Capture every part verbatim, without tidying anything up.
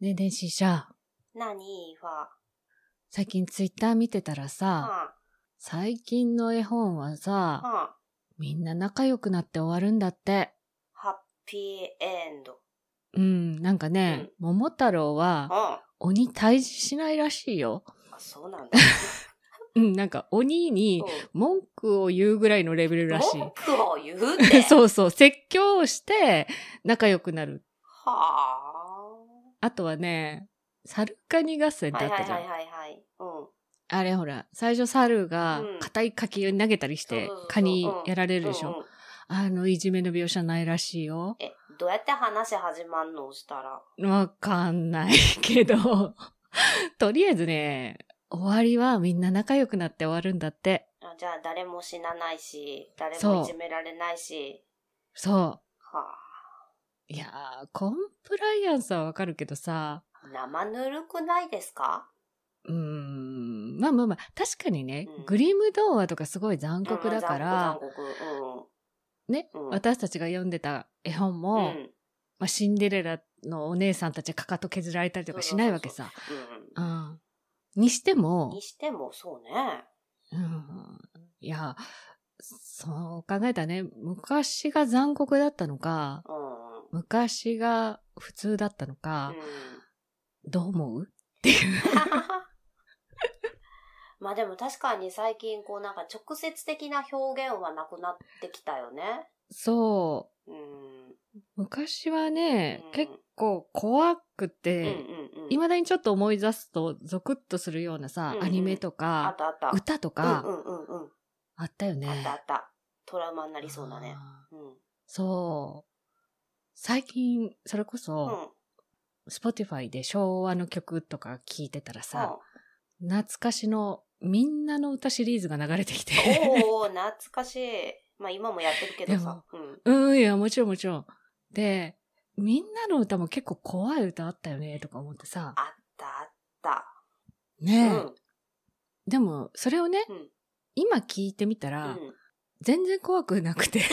ねえ、電子社。 何は。 最近ツイッター見てたらさ、 はあ、 最近の絵本はさ、 はあ、 みんな仲良くなって終わるんだって。 ハッピーエンド。 うん、なんかね、 うん、 桃太郎は、 あ鬼退治しないらしいよ。 あ、そうなんだ。 うん、なんか鬼に文句を言うぐらいのレベルらしい。 文句を言うってそうそう、説教をして仲良くなる。 はあとはね、猿カニ合戦っあ。 てあったじゃん。 はいはいはいはい、はい。うん。 あれほら、最初猿が硬い柿を投げたりして、カニやられるでしょ。 うんうんうん、 あのいじめの描写ないらしいよ。 え、どうやって話始まんのしたら。 わかんないけど、とりあえずね、終わりはみんな仲良くなって終わるんだって。 あ、じゃあ誰も死なないし、誰もいじめられないし。 そう。 はあ。 いやー、コンプライアンスはわかるけどさ。 生ぬるくないですか？ うーん。まあまあまあ、確かにね、 うん、 グリム童話とかすごい残酷だから、 残酷残酷、 うん、ね、うん、私たちが読んでた絵本も、うんまあ、シンデレラのお姉さんたちかかと削られたりとかしないわけさ。にしても、 にしてもそうね。 うん、いや、そう考えたね、昔が残酷だったのか、うん、昔が普通だったのか、うん、どう思うっていう。 まあでも確かに最近こうなんか直接的な表現はなくなってきたよね。 そう。うん、昔はね、うん、結構怖くて、いまだにちょっと思い出すとゾクッとするようなさ、うんうん、アニメとか、 あったあった歌とか、 うんうんうんうん、 あったよね。 あったあった。トラウマになりそうだね。うん、 そう。最近、それこそ、うん、Spotify で昭和の曲とか聴いてたらさ、うん、懐かしのみんなの歌シリーズが流れてきて。 おー、懐かしい。まあ今もやってるけどさ。 うん、うん、いや、もちろんもちろん。で、みんなの歌も結構怖い歌あったよね、とか思ってさ。 あったあった。 ねえ。うん、でも、それをね、うん、今聞いてみたら、うん、全然怖くなくて。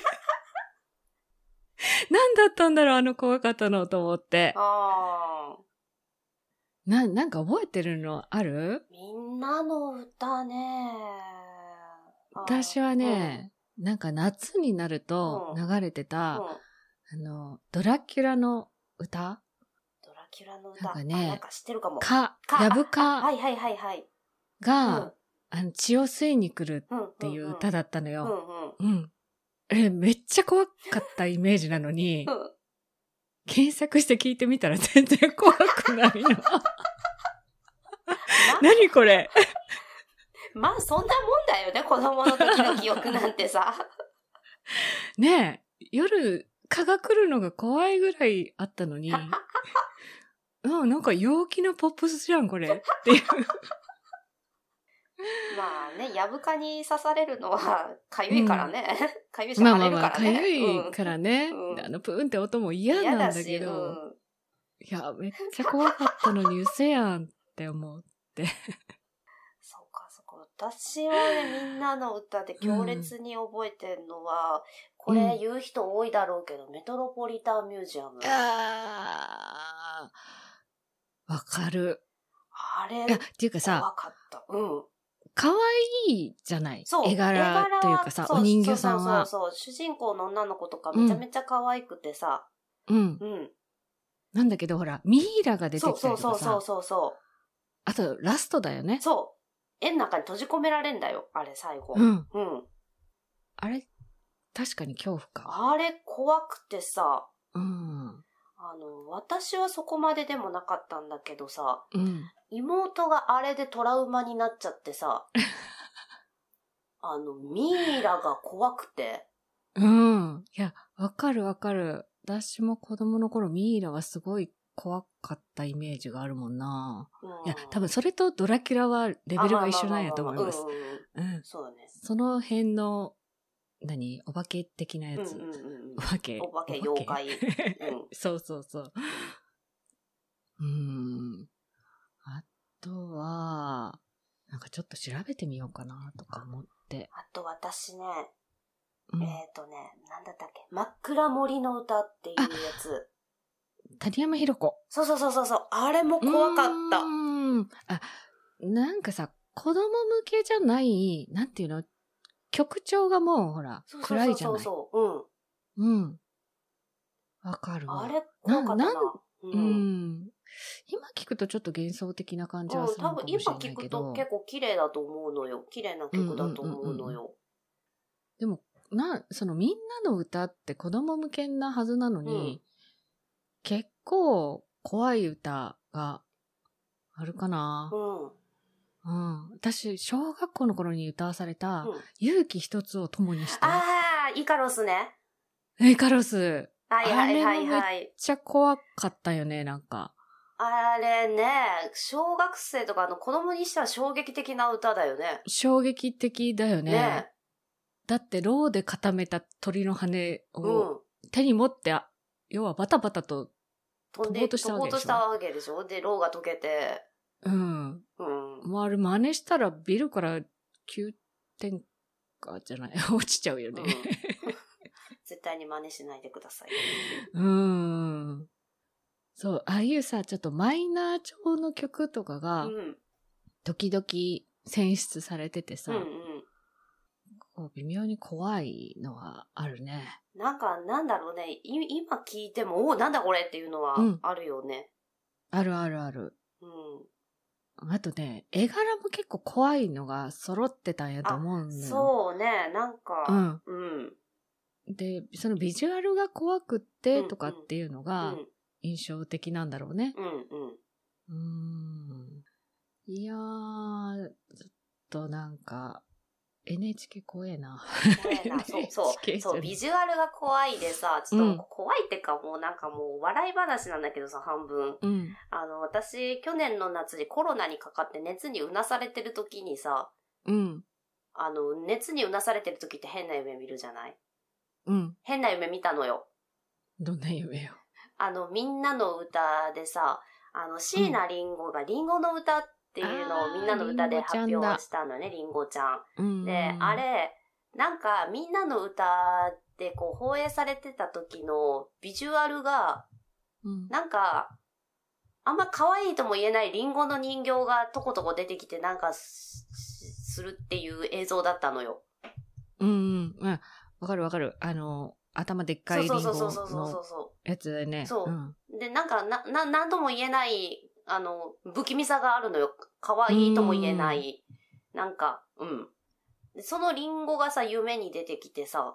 何だったんだろう、あの怖かったのと思って。あな、なんか覚えてるのある？ みんなの歌ね。 私はね、うん、なんか夏になると流れてた、うんうん、あの、ドラキュラの歌？ ドラキュラの歌。 なんかね、 なんか知ってるかも。 か、やぶか。 はいはいはいはい。 が、うん、あの血を吸いに来るっていう歌だったのよ。うん、うん。うんえ、めっちゃ怖かったイメージなのに、うん、検索して聞いてみたら全然怖くないの。何これまあそんなもんだよね、子供の時の記憶なんてさ。 ねえ、夜蚊が来るのが怖いぐらいあったのに、うん、なんか陽気なポップスじゃん、これ。っていう。 まあね、やぶかに刺されるのはかゆいからね。か、うん、ゆいし腫れるからね。 まあまあまあ、かゆいからね。うん、あのプーンって音も嫌なんだけど。うん、いや、めっちゃ怖かったのに嘘やんって思って。 そうか、そうか。私はね、みんなの歌で強烈に覚えてるのは、うん、これ言う人多いだろうけど、うん、メトロポリタンミュージアム。 あー、わかる。 あれ、 いや、っていうかさ、 怖かった。うん。 可愛いじゃない。そう。絵柄というかさ、お人形さんは。 そうそうそう。主人公の女の子とかめちゃめちゃ可愛くてさ。 うん。うん。なんだけどほら、ミイラが出てきたりとかさ。 そうそうそうそうそう。 あと、ラストだよね。 そう。絵の中に閉じ込められんだよ。あれ、最後。 うん。 うん。 あれ、確かに恐怖か。 あれ、怖くてさ。 うん。 あの、私はそこまででもなかったんだけどさ。 うん。 妹があれでトラウマになっちゃってさ。あの、ミイラが怖くて。 うん。いや、わかるわかる。私も子供の頃ミイラはすごい怖かったイメージがあるもんな。うん、いや、多分それとドラキュラはレベルが一緒なんやと思います。 うん。そうだね。 その辺の、何お化け的なやつ。 うんうんうん、 お化け。 お化け、妖怪。うん、 そうそうそう。うーん。あとは、なんかちょっと調べてみようかなとか思って。 あと私ね、うん、えっとね、なんだったっけ、真っ暗森の歌っていうやつ。 谷山ひろ子。 そうそうそうそう。あれも怖かった。 うーん。あ、なんかさ、子供向けじゃない、なんていうの、曲調がもうほら、 そうそうそうそう暗いじゃない。 そう。うん。 うん。わかるわ。 あれ怖かったな。 な、うん、うん。今聞くとちょっと幻想的な感じはするのかもしれないけど。 うん、多分今聞くと結構綺麗だと思うのよ。綺麗な曲だと思うのよ。うんうんうんうん、 でも、な、そのみんなの歌って子供向けなはずなのに、うん、結構怖い歌があるかな。うん。うん。私、小学校の頃に歌わされた、うん、勇気一つを共にして。 ああ、イカロスね。 イカロス。 はいはいはいはい。 あれもめっちゃ怖かったよね、なんか。 あれね、小学生とかの子供にしては衝撃的な歌だよね。 衝撃的だよね。ね、だって、ローで固めた鳥の羽を手に持って、うん、要はバタバタと飛ぼうとしたわけでしょ。飛ぼうとしたわけでしょ。で、ローが溶けて。 うん。うん。もうあれ真似したらビルからきゅうてんかじゃない。落ちちゃうよね。うん、 絶対に真似しないでください。 うん。そう、ああいうさ、ちょっとマイナー調の曲とかが、時々選出されててさ、うんうん、こう微妙に怖いのはあるね。 なんか、なんだろうね、今聞いても、おー、なんだこれっていうのはあるよね。 うん、あるあるある。うん。あとね、絵柄も結構怖いのが揃ってたんやと思うんだよ。 そうね、なんか、うん。 うん。で、そのビジュアルが怖くってとかっていうのが、うんうん、印象的なんだろうね。うんうん。うーん。いやー、ずっとなんか、エヌエイチケー 怖えな。 怖えな。そうそう。そう、ビジュアルが怖いでさ、ちょっと怖いってかもうなんかもう笑い話なんだけどさ、半分。うん、あの、私、去年の夏にコロナにかかって熱にうなされてる時にさ、うん。あの、熱にうなされてる時って変な夢見るじゃない？うん。変な夢見たのよ。 どんな夢よ。 あの、みんなの歌でさ、あの、椎名林檎がリンゴの歌っていうのをみんなの歌で発表したのね、リンゴちゃん。うん、で、あれ、なんかみんなの歌でこう放映されてた時のビジュアルが、うん、なんか、あんま可愛いとも言えないリンゴの人形がとことこ出てきてなんかするっていう映像だったのよ。 うんうん。わかるわかる。あの、頭でっかいリンゴのやつだよね。 そう。うん、で、なんか、な、な、なんとも言えない、あの、不気味さがあるのよ。可愛いとも言えない。なんか、うん。でそのリンゴがさ、夢に出てきてさ、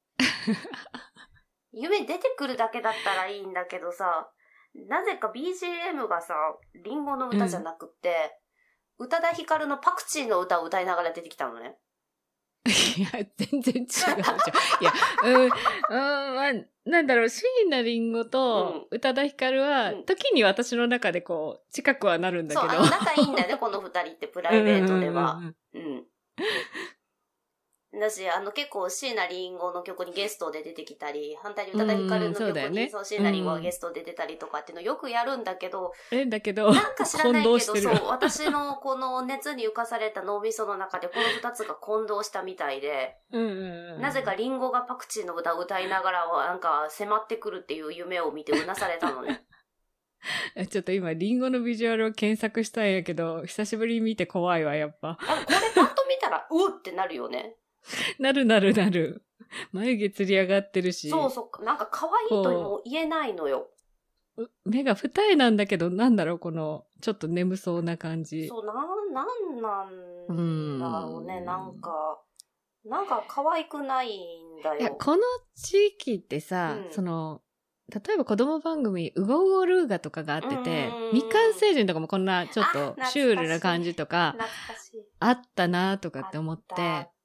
夢出てくるだけだったらいいんだけどさ、なぜか ビージーエム がさ、リンゴの歌じゃなくて、宇多田ヒカルのパクチーの歌を歌いながら出てきたのね。 いや、全然違うじゃん。いや、うん、うん、まあ、なんだろう、椎名林檎と宇多田ヒカルは、うん、時に私の中でこう、近くはなるんだけど。 そう、あの仲いいんだよね、この二人ってプライベートでは。うん。うんだし、あの結構椎名林檎の曲にゲストで出てきたり、反対に宇多田ヒカルの曲にそう椎名林檎がゲストで出たりとかっていうのをよくやるんだけど、 え、だけど、 なんか知らないけど、そう、私のこの熱に浮かされた脳みその中でこの二つが混同したみたいで、うんうんうん、なぜか林檎がパクチーの歌を歌いながらなんか迫ってくるっていう夢を見てうなされたのね。 ちょっと今、リンゴのビジュアルを検索したんやけど、久しぶりに見て怖いわ、やっぱ。 これパッと見たら、うってなるよね。 なるなるなる。眉毛つり上がってるし。 そうそう。なんか可愛いとも言えないのよ。 目が二重なんだけど、なんだろう、この、ちょっと眠そうな感じ。 そう、なん、なんなんだろうね、んなんか、なんか可愛くないんだよ。 いや、この地域ってさ、うん、その、例えば子供番組、ウゴウゴルーガとかがあってて、未完成人とかもこんなちょっとシュールな感じとか、あったなとかって思って。 あった。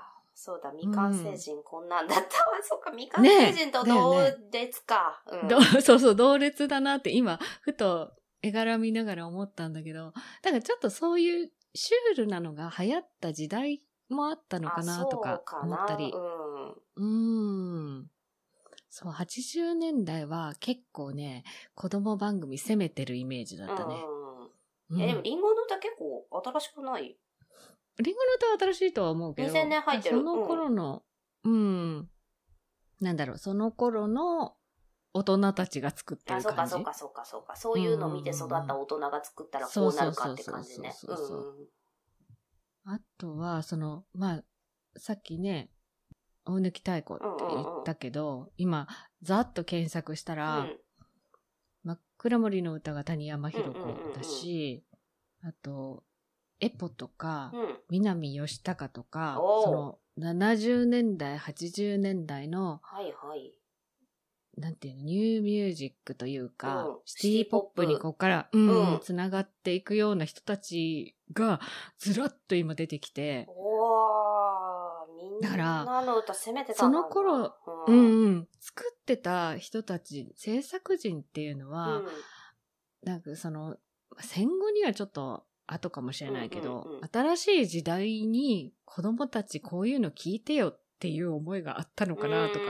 そうだ、未完成人こんなんだったわ。うん、そっか、未完成人と同列か。 ねねうん、そうそう、同列だなって今、ふと絵柄見ながら思ったんだけど、だからちょっとそういうシュールなのが流行った時代もあったのかなとか思ったり。うん。うん。そう、はちじゅうねんだいは結構ね、子供番組攻めてるイメージだったね。 うん。うん、え、でもリンゴの歌結構新しくない？ リンゴの歌は新しいとは思うけど。 にせんねん入ってる。 その頃の、うん、うん。なんだろう、その頃の大人たちが作ってる感じ。 あ、そうかそうかそうかそうか。そういうのを見て育った大人が作ったらこうなるかって感じね。 あとは、その、まあ、さっきね、大貫太鼓って言ったけど、うんうんうん、今、ざっと検索したら、うん、枕森の歌が谷山ひろ子だし、うんうんうんうん、あと、エポとか、うん、南義孝とか、その、ななじゅうねんだい、はちじゅうねんだいの、 はいはい。 なんていうの、ニューミュージックというか、うん、シティポップにここから、うん、うん、つながっていくような人たちが、ずらっと今出てきて。 おー、みんなの歌攻めてたその頃、うん、うんうん、作ってた人たち、制作人っていうのは、うん、なんかその、戦後にはちょっと後かもしれないけど、うんうんうん、新しい時代に子供たちこういうの聞いてよっていう思いがあったのかなとか、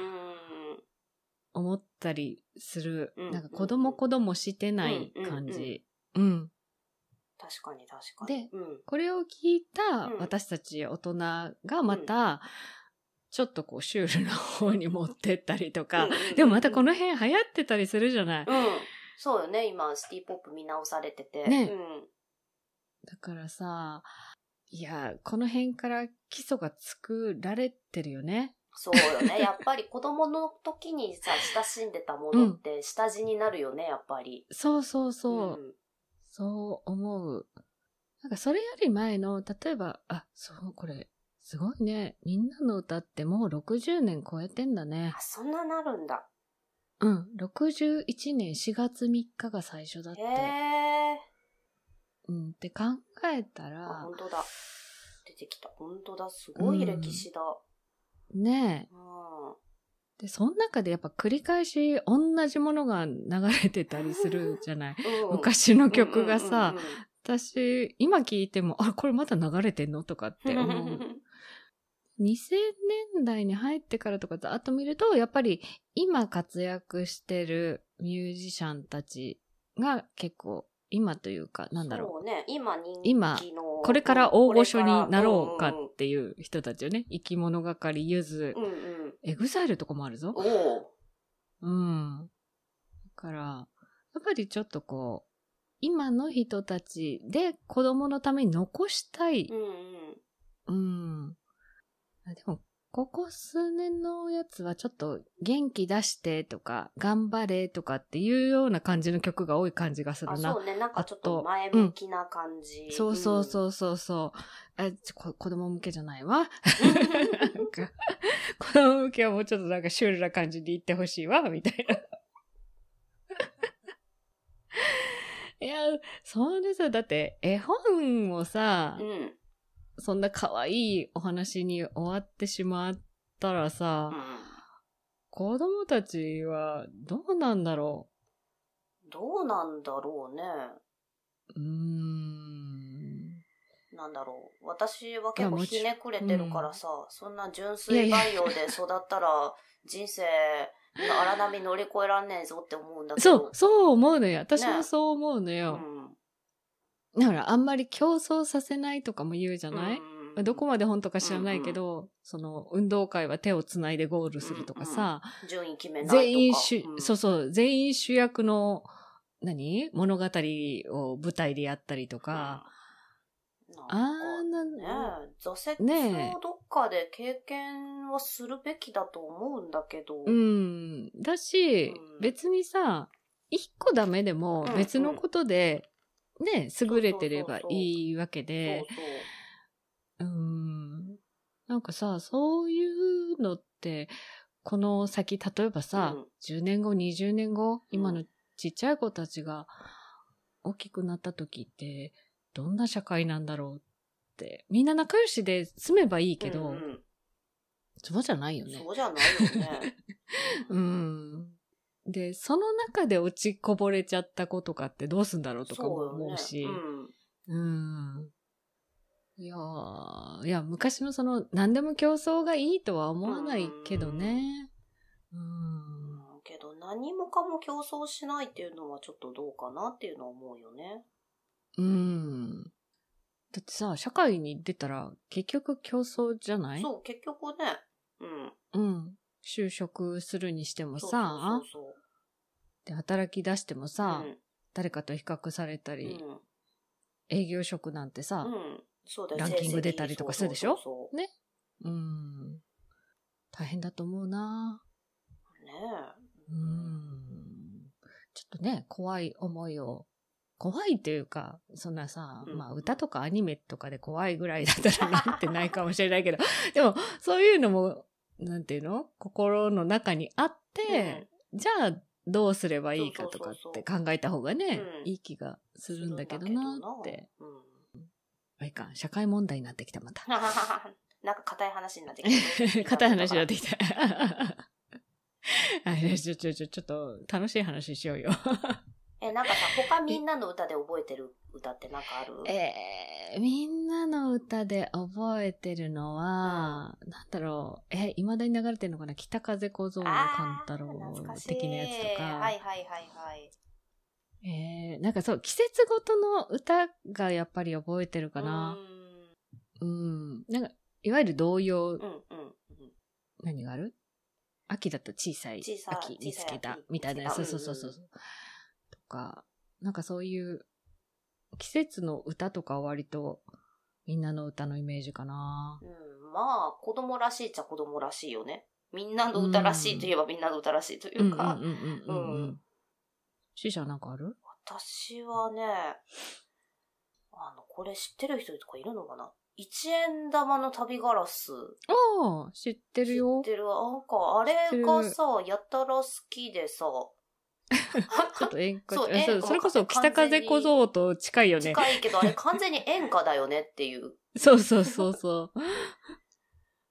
思ったりする。なんか子供子供してない感じ。うん。うんうんうん、 確かに確かに。で、うん、これを聞いた私たち大人がまた、ちょっとこうシュールな方に持ってったりとか、うんうんうんうん、でもまたこの辺流行ってたりするじゃない。 うん。そうよね。今、シティポップ見直されてて。 ね。 うん、 だからさ、いや、この辺から基礎が作られてるよね。 そうよね。やっぱり子供の時にさ、親しんでたものって下地になるよね、やっぱり。 そうそうそう。うん、そう思う。なんかそれより前の、例えば、あ、そう、これ、すごいね。みんなの歌ってもうろくじゅうねん超えてんだね。 あ、そんななるんだ。 うん。ろくじゅういちねんしがつみっかが最初だって。 へー。 うん。って考えたら。 あ、本当だ。出てきた。本当だ。すごい歴史だ。 うん、ねえ。うん。で、その中でやっぱ繰り返し同じものが流れてたりするじゃない。うん、昔の曲がさ、うんうんうんうん、私、今聞いても、あ、これまだ流れてんのとかって思う。にせんねんだいに入ってからとかざっと見ると、やっぱり今活躍してるミュージシャンたちが結構、今というか、なんだろう。 そうね、今人気の。 今、これから大御所になろうかっていう人たちよね。生き物係、ゆず、うんうん、エグザイルとかもあるぞ。 おうん。だから、やっぱりちょっとこう、今の人たちで子供のために残したい。うん、うん。うん。でも、ここ数年のやつはちょっと元気出してとか、頑張れとかっていうような感じの曲が多い感じがするな。 あ、そうね。なんかちょっと前向きな感じ。 うん、そうそうそうそうそう。あ、ちょ、子供向けじゃないわ。なんか子供向けはもうちょっとなんかシュールな感じで言ってほしいわ、みたいな。いや、そうですよ。だって絵本もさ、うん、そんな可愛いお話に終わってしまったらさ、うん、子供たちはどうなんだろう。どうなんだろうね。 うーん。 なんだろう。私は結構ひねくれてるからさ、うん、そんな純粋培養で育ったら人生荒波乗り越えらんねえぞって思うんだけど。 そう、そう思うのよ。私もそう思うのよ。ね、うん、だからあんまり競争させないとかも言うじゃない、うん、どこまで本とか知らないけど、うんうん、その運動会は手をつないでゴールするとかさ、 うんうん、順位決めないとか。 全員主、うん、そうそう、全員主役の何物語を舞台でやったりとか、 うん、なんかね、挫折をどっかで経験はするべきだと思うんだけど。 うん。だし、うん、別にさ、一個ダメでも別のことで、ね、うんうん、優れてればいいわけで。そうそう。うん。なんかさ、そういうのって、この先、例えばさ、うん、じゅうねんご、にじゅうねんご、今のちっちゃい子たちが大きくなった時って、どんな社会なんだろうって。みんな仲良しで住めばいいけど、うんうん、そうじゃないよね。 そうじゃないよね。 うん。で、その中で落ちこぼれちゃった子とかってどうすんだろうとかも思うし。う、ね、うん。うん。いやー、いや、昔のその、何でも競争がいいとは思わないけどね。うん。 うん、けど何もかも競争しないっていうのはちょっとどうかなっていうのは思うよね。 うん。だってさ、社会に出たら結局競争じゃない？ そう、結局ね。うん。 うん。 就職するにしてもさ、 そうそうそうそう、 で働き出してもさ、うん、誰かと比較されたり、うん、営業職なんてさ、うん、そうだよ、ランキング出たりとかするでしょ。そうそうそうね。うん。大変だと思うな。ねえ。うん。ちょっとね、怖い思いを。怖いっていうか、そんなさ、うん、まあ歌とかアニメとかで怖いぐらいだったらなんてないかもしれないけど、でもそういうのも、なんていうの？心の中にあって、うん、じゃあどうすればいいかとかって考えた方がね、そうそうそうそう、いい気がするんだけどなって。うん。いいか、社会問題になってきた、また。 なんか硬い話になってきた。 硬い話になってきた。あれ、ちょ、ちょ、ちょ、ちょっと楽しい話しようよ。 え、なんかさ、他みんなの歌で覚えてる歌ってなんかある？ えー、みんなの歌で覚えてるのは、うん、なんだろう、え、未だに流れてるのかな、北風小僧の勘太郎的なやつとか。 はいはいはいはい。 えー、なんかそう、季節ごとの歌がやっぱり覚えてるかな。うん。うん。なんか、いわゆる童謡。うんうんうん。何がある？秋だと小さい秋見つけたみたいな。そうそうそうそう。とか、なんかそういう季節の歌とかは割とみんなの歌のイメージかな。 うん、まあ、子供らしいっちゃ子供らしいよね。みんなの歌らしいといえばみんなの歌らしいというか。うんうんうんうん。 シーシャなんかある？ 私はね、あの、これ知ってる人とかいるのかな？一円玉の旅ガラス。 ああ、知ってるよ。 知ってる。なんか、あれがさ、やたら好きでさ。 ちょっと演歌。そう、そう、それこそ北風小僧と近いよね。 近いけど、あれ完全に演歌だよねっていう。 そうそうそうそう。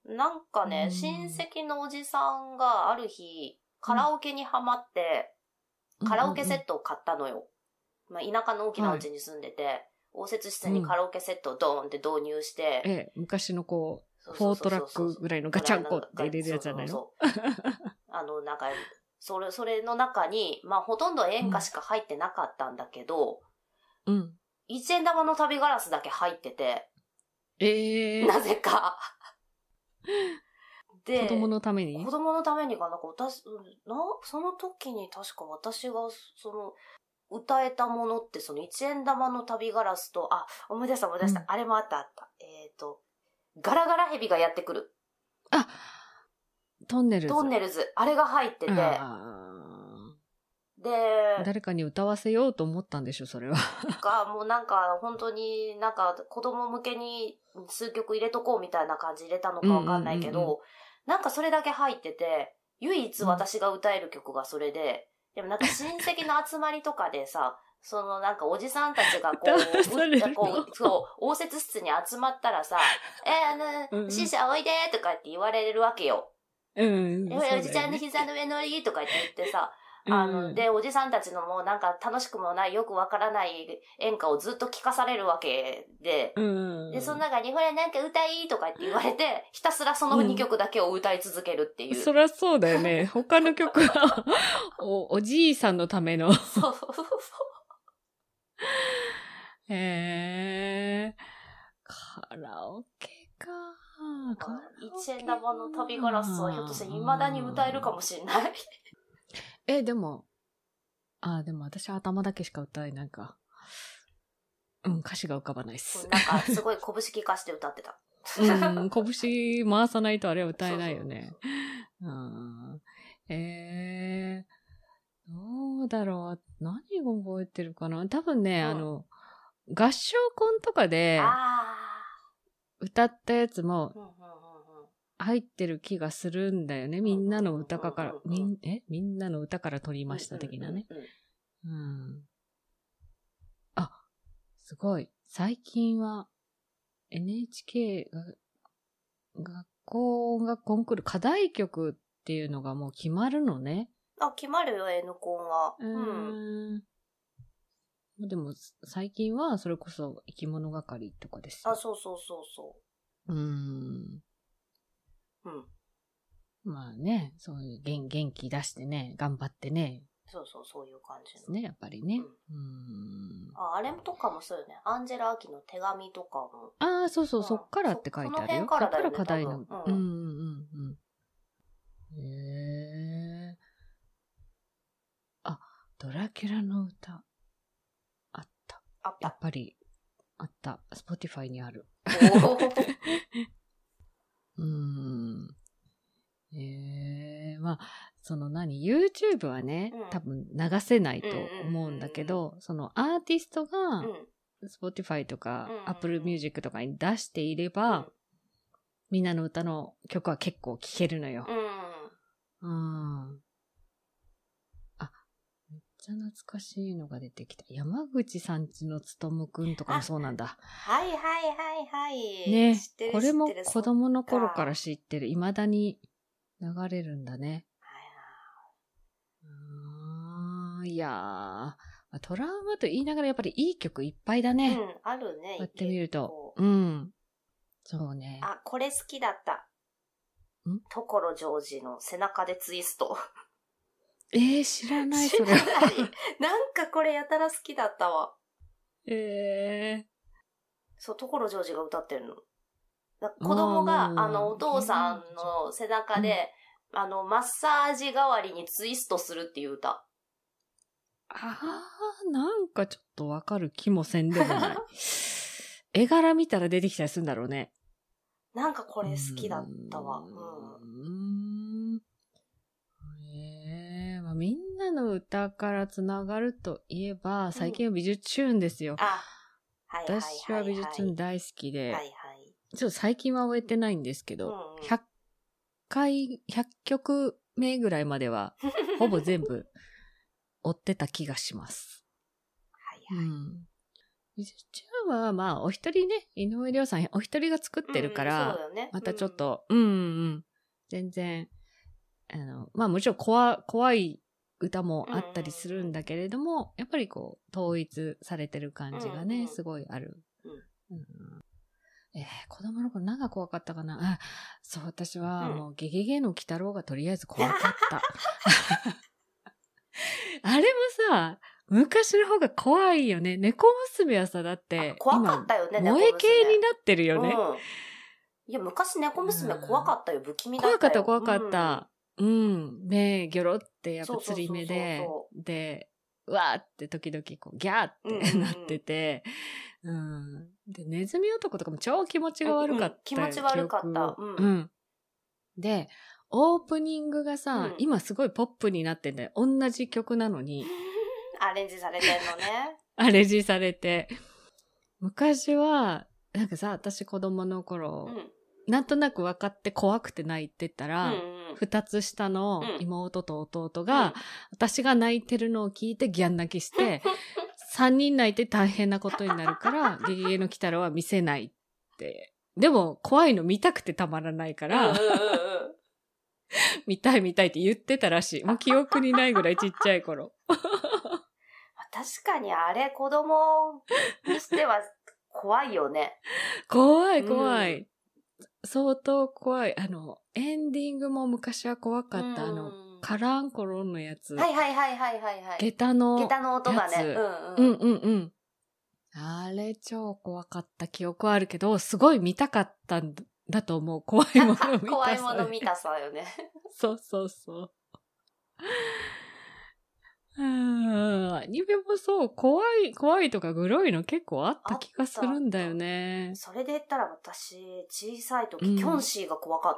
なんかね、親戚のおじさんがある日、カラオケにハマって、うん、カラオケセットを買ったのよ。まあ、田舎の大きな家に住んでて、はい、応接室にカラオケセットをドーンって導入して。 ええ、昔のこう、フォートラックぐらいのガチャンコって入れるやつじゃないの？そうそうそうあの、なんか、それ、それの中に、まあ、ほとんど演歌しか入ってなかったんだけど、うん。一円玉の旅ガラスだけ入ってて、ええー。なぜか。 で、子供のために子供のためにかなんか私、な、その時に確か私が、その、歌えたものって、その一円玉の旅ガラスと、あ、思い出した思い出した。うん、あれもあったあった。えっと、ガラガラヘビがやってくる。 あ、トンネルズ。 トンネルズ。あれが入ってて。で、 誰かに歌わせようと思ったんでしょ、それは。 が、もうなんか、本当になんか子供向けに数曲入れとこうみたいな感じ入れたのかわかんないけど、うんうんうんうん、なんかそれだけ入ってて、唯一私が歌える曲がそれで、でもなんか親戚の集まりとかでさ、そのなんかおじさんたちがこう、こう、そう、応接室に集まったらさ、えー、あの、シーシャおいでとかって言われるわけよ。うん。え、おじちゃんの膝の上乗りとかって言ってさ、あの、うん、で、おじさんたちのもうなんか楽しくもない、よくわからない演歌をずっと聞かされるわけで、うん、で、その中に、ほらなんか歌いとかって言われて、ひたすらそのにきょくだけを歌い続けるっていう。 うん、そりゃそうだよね。他の曲はお、おじいさんのための。そうそうそう。へえー。カラオケか。 一円玉の旅ガラスはひょっとして未だに歌えるかもしれない。 え、でも、あ、でも私は頭だけしか歌えないか。うん、歌詞が浮かばないっす。 なんかすごい拳効かして歌ってた。 うん、拳回さないとあれは歌えないよね。そうそううんえー、どうだろう。何を覚えてるかな。多分ね、うん、あの、合唱コンとかで歌ったやつも、うん入ってる気がするんだよね。みんなの歌から、みん、えみんなの歌から取りました的なね。うん。あ、すごい。最近は エヌエイチケー が、学校がコンクール、課題曲っていうのがもう決まるのね。 あ、決まるよ、N コンは。うん。 でも、最近はそれこそ生き物係とかですよ。 あ、そうそうそうそう。うーん。 うん。まあね、そういう元元気出してね、頑張ってね。 そうそう、そういう感じですね、やっぱりね。 うん。うーんあ、あれとかもそうよね。アンジェラ・アキの手紙とかも。 ああ、そうそう、うん、そっからって書いてあるよ。その辺からだよね。そっから課題の。うん、うん、うんうん。 ドラキュラの歌。あった。 あった。 やっぱり、あった。Spotify にある。うーん。ええー、まあ、その何、YouTube はね、うん、多分流せないと思うんだけど、うんうんうんうん、そのアーティストが、うん、Spotify とか、うんうん、Apple Music とかに出していれば、うん、みんなの歌の曲は結構聴けるのよ。うん。うん。あ、めっちゃ懐かしいのが出てきた。山口さんちのつとむくんとかもそうなんだ。 はいはいはいはい。 ね。知ってるこれも子供の頃から知ってる。未だに流れるんだね。はい、いやー、トラウマと言いながらやっぱりいい曲いっぱいだね。 うん、あるね。 やってみると。うん。そうね。 あ、これ好きだった。ん？所ジョージの背中でツイスト。 えー、知らないそれは。 知らない。なんかこれやたら好きだったわ。 えー。 そう、所ジョージが歌ってるの。子供が、あの、お父さんの背中で、うん、あの、マッサージ代わりにツイストするっていう歌。 あー、なんかちょっとわかる気もせんでもない。絵柄見たら出てきたりするんだろうね。 なんかこれ好きだったわ。うん。 うん。ええー、まあ、みんなの歌からつながるといえば、最近は美術チューンですよ。うん、あ、はいはいはいはい、私は美術チューン大好きで、はいはい、ちょっと最近は終えてないんですけど、うんうん、ひゃっかい、ひゃっきょくめぐらいまでは、ほぼ全部追ってた気がします。はいはい。うん。美術チューンは、まあ、お一人ね、井上涼さん、お一人が作ってるから、うんうん、そうだよね、またちょっと、うん、うんうん、全然、あの、まあもちろん怖、怖い歌もあったりするんだけれども、うんうんうん、やっぱりこう、統一されてる感じがね、うんうん、すごいある。うんうん、えー、子供の頃何が怖かったかなあ、そう、私はもう、ゲゲゲの鬼太郎がとりあえず怖かった。あれもさ、昔の方が怖いよね。猫娘はさ、だって、 怖かったよね、 萌え系になってるよね。 うん、いや、昔猫娘怖かったよ、不気味だったよ。 怖かった、 怖かった。うん。目、ギョロってやっぱ釣り目で、で、うわーって時々こう、ギャーってなってて、うん、うん。で、ネズミ男とかも超気持ちが悪かった。うん、 気持ち悪かった。 うん。うん。で、オープニングがさ、うん、今すごいポップになってんだよ。同じ曲なのに。 アレンジされてんのね。 アレンジされて。昔は、なんかさ、私子供の頃、うん、なんとなく分かって怖くて泣いてたら、うんうん、二つ下の妹と弟が、うん、私が泣いてるのを聞いてギャン泣きして、三人泣いて大変なことになるから、ゲゲゲの鬼太郎は見せないって。でも、怖いの見たくてたまらないから、見たい見たいって言ってたらしい。もう記憶にないぐらいちっちゃい頃。 確かにあれ子供にしては怖いよね。 怖い怖い。うん、相当怖い。あの、エンディングも昔は怖かった。うん、あの、カランコロンのやつ。 はいはいはいはいはい、はい。 下駄のやつ。 下駄の音がね。 うんうん。うんうんうん。あれ超怖かった記憶はあるけど、すごい見たかったんだと思う。怖いもの見たさ。 怖いもの見たさよね。 そうそうそう。うん。アニメもそう、怖い、怖いとかグロいの結構あった気がするんだよね。 それで言ったら私、小さい時、うん、キョンシーが怖かった。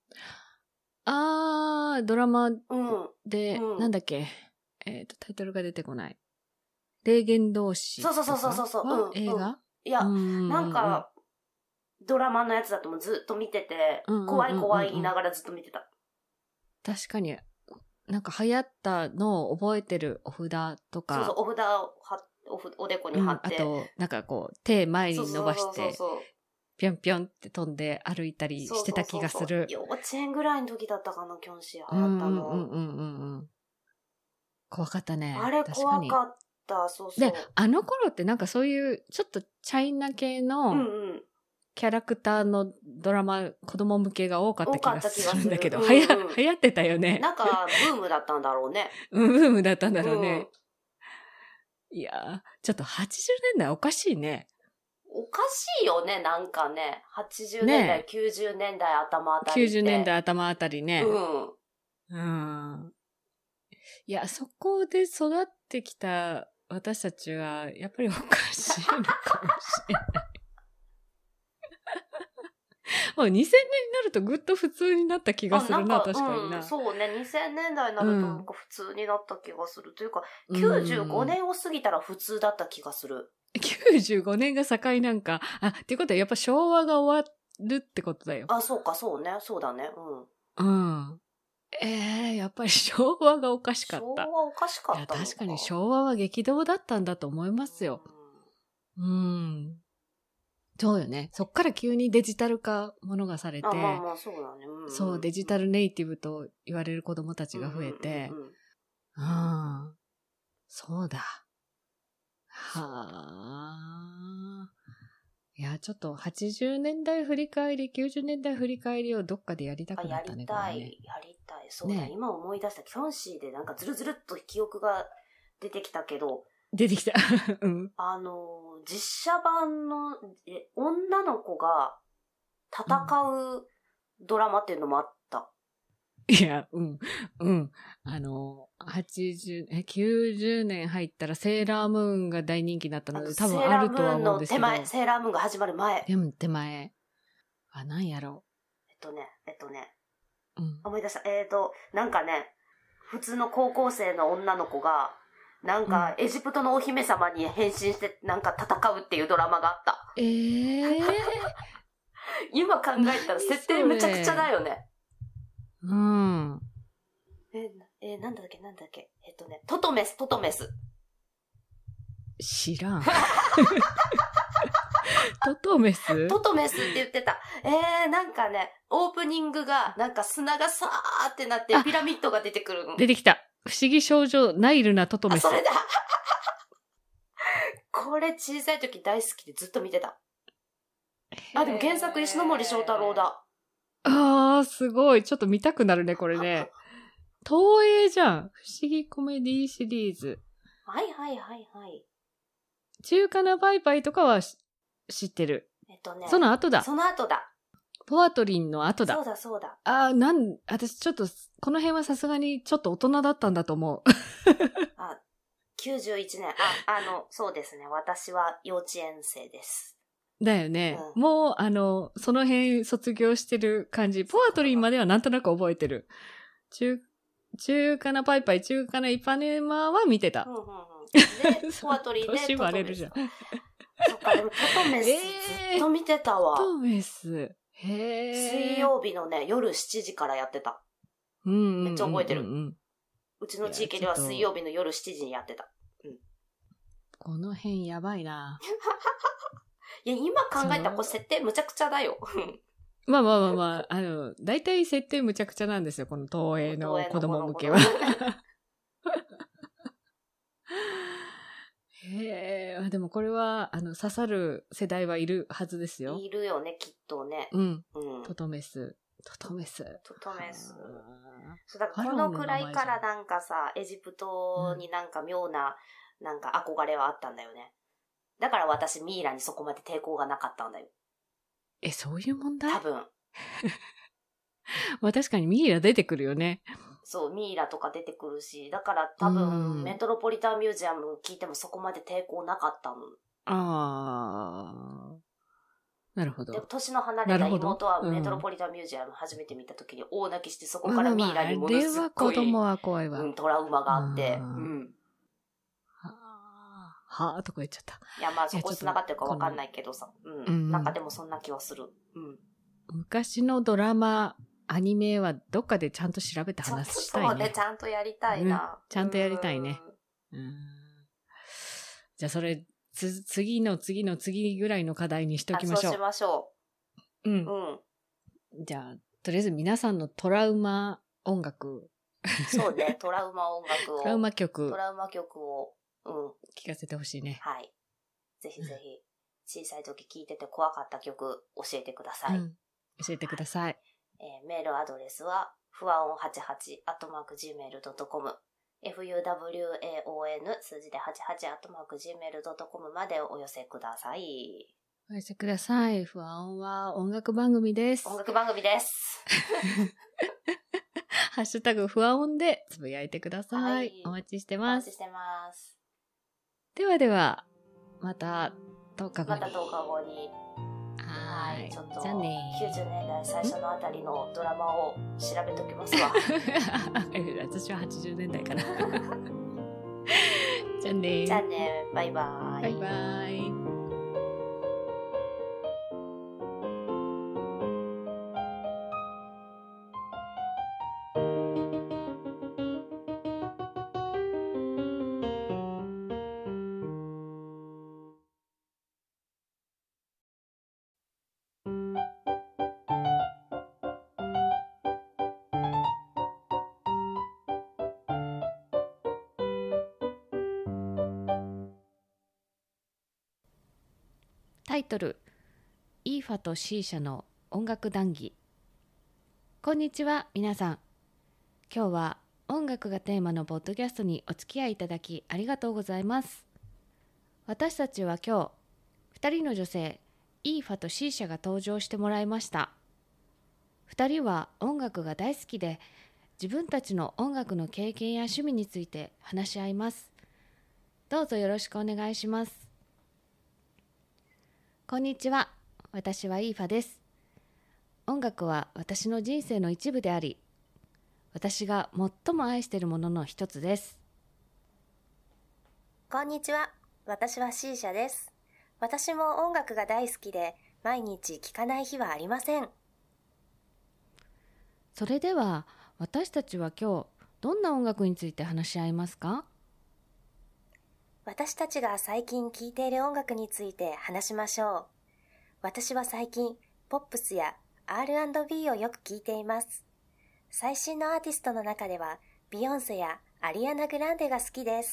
あー、ドラマで、うんうん、なんだっけ、えっと、タイトルが出てこない。霊言同士。 そうそうそうそうそう、うん。 映画、うん、 いや、なんか、ドラマのやつだともずっと見てて、うんうんうんうん、怖い怖い言いながらずっと見てた。 確かに。なんか流行ったのを覚えてるお札とか。 そうそう、お札をお, おでこに貼って、 うん。あと、なんかこう、手前に伸ばして、ぴょんぴょんって飛んで歩いたりしてた気がする。そうそうそう幼稚園ぐらいの時だったかな、キョンシー流行ったの。 うんうんうんうんうん。怖かったね。 あれ怖かった、そうそう。 で、あの頃ってなんかそういう、ちょっとチャイナ系の、うんうんキャラクターのドラマ、子供向けが多かった気がするんだけど、うんうん、流行ってたよね。 なんか、ブームだったんだろうね。 うん、ブームだったんだろうね。うん、いやー、ちょっとはちじゅうねんだいおかしいね。 おかしいよね、なんかね。はちじゅうねんだい、ね、きゅうじゅうねんだい頭あたりって。 きゅうじゅうねんだい頭あたりね。 うん。 うん。 いや、そこで育ってきた私たちは、やっぱりおかしいのかもしれない。もうにせんねんになるとぐっと普通になった気がするな、確かにな、 うん。そうね、にせんねんだいになるとなんか普通になった気がする。うん、というか、きゅうじゅうごねんを過ぎたら普通だった気がする。 きゅうじゅうごねんが境なんか、あ、っていうことはやっぱ昭和が終わるってことだよ。 あ、そうか、そうね、そうだね、 うん。うん。ええー、やっぱり昭和がおかしかった。 昭和おかしかったのか。 いや、確かに昭和は激動だったんだと思いますよ。うん。うんそうよね。そっから急にデジタル化ものがされて。 あ、まあまあそうだね。うんうん、 そう、デジタルネイティブと言われる子供たちが増えて。うん、うんうん、そうだ。はあ。いや、ちょっとはちじゅうねんだい振り返り、きゅうじゅうねんだい振り返りをどっかでやりたくなったね。 あ、やりたい、ね、やりたい。そうだ、ね、今思い出した。キョンシーでなんかズルズルっと記憶が出てきたけど。 出てきた。うん。 あの、実写版の、え、女の子が戦うドラマっていうのもあった。 うん、いや、うん、うん。あの、はちじゅう、え、きゅうじゅうねん入ったらセーラームーンが大人気になったので、多分あるとは思うんですけど。 セーラームーンの手前、セーラームーンが始まる前。 でも手前。あ、なんやろう。えっとね、えっとね。 うん、 思い出した。えっと、なんかね、普通の高校生の女の子が、なんか、エジプトのお姫様に変身して、なんか戦うっていうドラマがあった。 ええー、 今考えたら設定むちゃくちゃだよね。 うん。 え、えー、なんだっけ、なんだっけ。えっとね、トトメス、トトメス。 知らん。トトメストトメスって言ってた。えー、なんかね、オープニングが、なんか砂がさーってなって、ピラミッドが出てくるの。 出てきた。不思議少女ナイルなトトメス。 あ、それだこれ小さい時大好きでずっと見てた。あ、でも原作石ノ森章太郎だ。 あー、すごい。ちょっと見たくなるね、これね。東映じゃん。不思議コメディシリーズ。 はいはいはいはい。 中華なバイバイとかは知ってる。 えっとね。 その後だ。 その後だ。 ポアトリンの後だ。 そうだそうだ。 あー、なん、私ちょっと、この辺はさすがにちょっと大人だったんだと思う。 あ、きゅうじゅういちねん。あ、あの、そうですね。私は幼稚園生です。 だよね。 うん、 もう、あの、その辺卒業してる感じ。ポアトリンまではなんとなく覚えてる。中、中華なパイパイ、中華なイパネマは見てた。 うんうんうん、で、ポアトリンで年割れるじゃん。 そっか、でもトトメスずっと見てたわ。 トトメス。へー。 水曜日のね、夜しちじからやってた。 うんうんうんうん、 めっちゃ覚えてる。うちの地域では水曜日の夜しちじにやってた。うん、 この辺やばいな。 いや、今考えたらこれ設定むちゃくちゃだよ。 まあまあまあまあ、あの、大体設定むちゃくちゃなんですよ、この東映の子供向けは。へえ、でもこれは、あの、刺さる世代はいるはずですよ。 いるよね、きっとね。 うん。うん、トトメス。トトメス。 トトメス。そうだからこのくらいからなんかさ、エジプトになんか妙な、なんか憧れはあったんだよね。だから私ミイラにそこまで抵抗がなかったんだよ。 え、そういう問題？ 多分。 まあ確かにミイラ出てくるよね。 そう、ミイラとか出てくるし、だから多分、メトロポリタンミュージアム聞いてもそこまで抵抗なかったの。 ああ。なるほど。 でも年の離れた妹はメトロポリタンミュージアム初めて見た時に大泣きして、そこからミイラにものすごい、 まあまあ、あれは子供は怖いわ。 うん、トラウマがあって。うん。 はぁとか言っちゃった。 いや、まあそこ繋がってるかわかんないけどさ。うん。うん、なんかでもそんな気はする。うん。 昔のドラマ、アニメはどっかでちゃんと調べて話したいね。 そうね、ちゃんとやりたいな。うん、 ちゃんとやりたいね。うん。じゃあそれ、つ、次の次の次ぐらいの課題にしときましょう。 そうしましょう。うん。うん。じゃあ、とりあえず皆さんのトラウマ音楽。 そうね、トラウマ音楽を。 トラウマ曲。 トラウマ曲を。うん。 聞かせてほしいね。 はい。ぜひぜひ、小さい時聴いてて怖かった曲、教えてください。うん、 教えてください。 えー、メールアドレスは、フワオンはちはち、アットマーク、ジーメールドットコム、フューダブリューエーオーエヌ、数字ではちはち、アットマーク、ジーメールドットコムまでお寄せください。 お寄せください。フワオンは音楽番組です。 音楽番組です。 ハッシュタグふわおんでつぶやいてください。はい、お待ちしてます。 お待ちしてます。 ではでは、またとおかごに。 またとおかごに。 はい。 ちょっと、 じゃあね。 きゅうじゅうねんだい最初のあたりのドラマを調べときますわ。 私ははちじゅうねんだいかな。じゃあね。 じゃあね。バイバイ。 バイバイ。タイトル、イーファと C 社の音楽談義。こんにちは、皆さん。今日は音楽がテーマのポッドキャストにお付き合いいただきありがとうございます。私たちは今日、ふたりの女性、イーファと C 社が登場してもらいました。ふたりは音楽が大好きで、自分たちの音楽の経験や趣味について話し合います。どうぞよろしくお願いします。こんにちは。私はイーファです。音楽は私の人生の一部であり、私が最も愛しているものの一つです。 こんにちは。私は C 社です。私も音楽が大好きで、毎日聴かない日はありません。 それでは、私たちは今日、どんな音楽について話し合いますか？ 私たちが最近聴いている音楽について話しましょう。私は最近、ポップスや アールアンドビー をよく聴いています。最新のアーティストの中では、ビヨンセやアリアナ・グランデが好きです。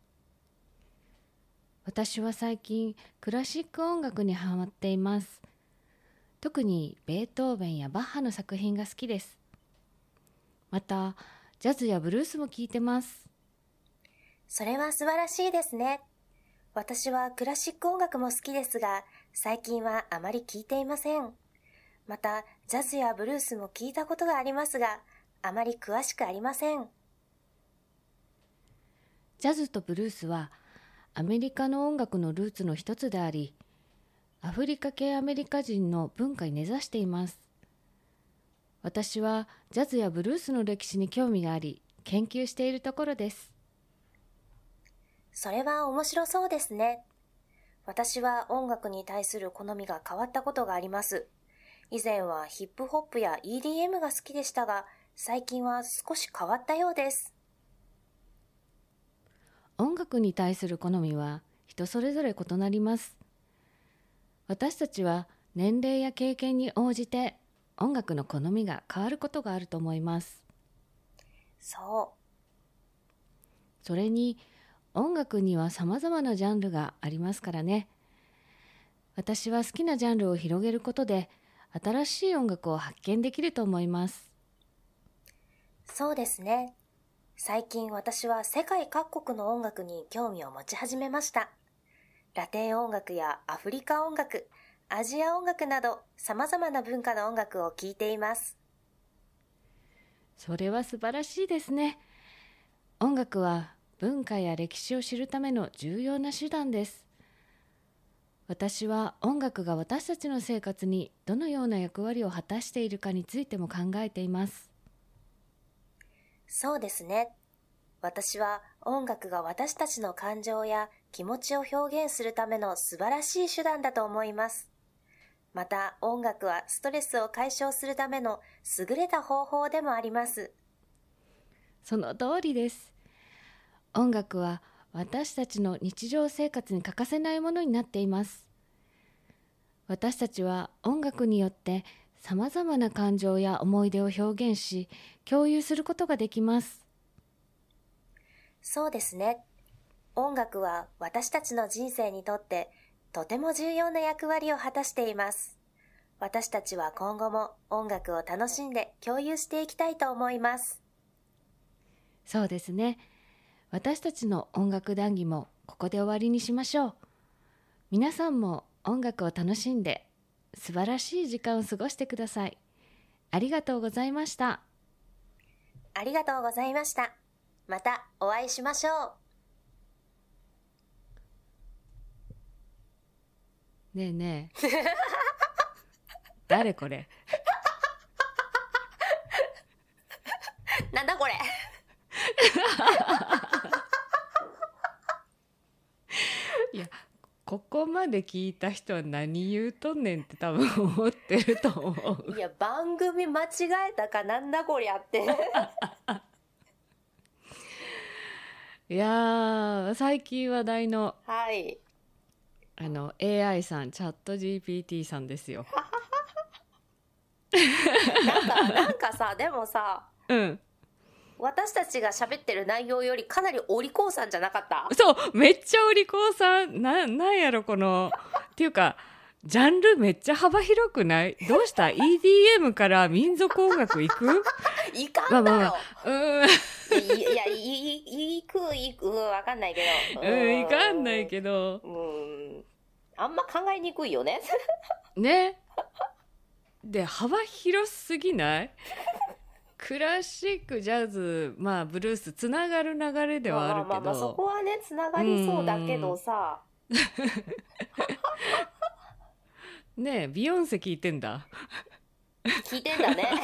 私は最近、クラシック音楽にハマっています。特にベートーベンやバッハの作品が好きです。また、ジャズやブルースも聴いてます。 それは素晴らしいですね。私はクラシック音楽も好きですが、最近はあまり聴いていません。また、ジャズやブルースも聴いたことがありますが、あまり詳しくありません。 ジャズとブルースは、アメリカの音楽のルーツの一つであり、アフリカ系アメリカ人の文化に根ざしています。私はジャズやブルースの歴史に興味があり、研究しているところです。 それは面白そうですね。私は音楽に対する好みが変わったことがあります。以前はヒップホップや イーディーエム が好きでしたが、最近は少し変わったようです。 音楽に対する好みは人それぞれ異なります。私たちは年齢や経験に応じて音楽の好みが変わることがあると思います。 そう。 それに音楽には様々なジャンルがありますからね。私は好きなジャンルを広げることで新しい音楽を発見できると思います。 そうですね。最近私は世界各国の音楽に興味を持ち始めました。ラテン音楽やアフリカ音楽、アジア音楽など様々な文化の音楽を聴いています。 それは素晴らしいですね。音楽は文化や歴史を知るための重要な手段です。私は音楽が私たちの生活にどのような役割を果たしているかについても考えています。 そうですね。私は音楽が私たちの感情や気持ちを表現するための素晴らしい手段だと思います。また音楽はストレスを解消するための優れた方法でもあります。 その通りです。音楽は私たちの日常生活に欠かせないものになっています。私たちは音楽によってさまざまな感情や思い出を表現し、共有することができます。 そうですね。音楽は私たちの人生にとってとても重要な役割を果たしています。私たちは今後も音楽を楽しんで共有していきたいと思います。 そうですね。私たちの音楽談義もここで終わりにしましょう。皆さんも音楽を楽しんで素晴らしい時間を過ごしてください。ありがとうございました。 ありがとうございました。またお会いしましょう。ねえねえ。誰これ。 なんだこれ。 いや、ここまで聞いた人は何言うとんねんって多分思ってると思う。 いや、番組間違えたか、なんだこりゃって。 いやー、最近話題の、 はい。 あの エーアイ さん、チャット ジーピーティー さんですよ。 なんかなんかさ、でもさ、 うん。 私たちが喋ってる内容よりかなりお利口さんじゃなかった？ そう、めっちゃお利口さん、な、なんやろこのっていうか、ジャンルめっちゃ幅広くない？どうした？ イーディーエム から民族音楽行く？ いかんだよ。まあまあまあ、 うん。 いや、い、い、いく、いく、わかんないけど。 うん、いかんないけど。 うん。あんま考えにくいよね。 ね。で、幅広すぎない？クラシック、ジャズ、まあブルースつながる流れではあるけど、まあまあまあそこはねつながりそうだけどさ。 ねえ、ビヨンセ聞いてんだ。 聞いてんだね。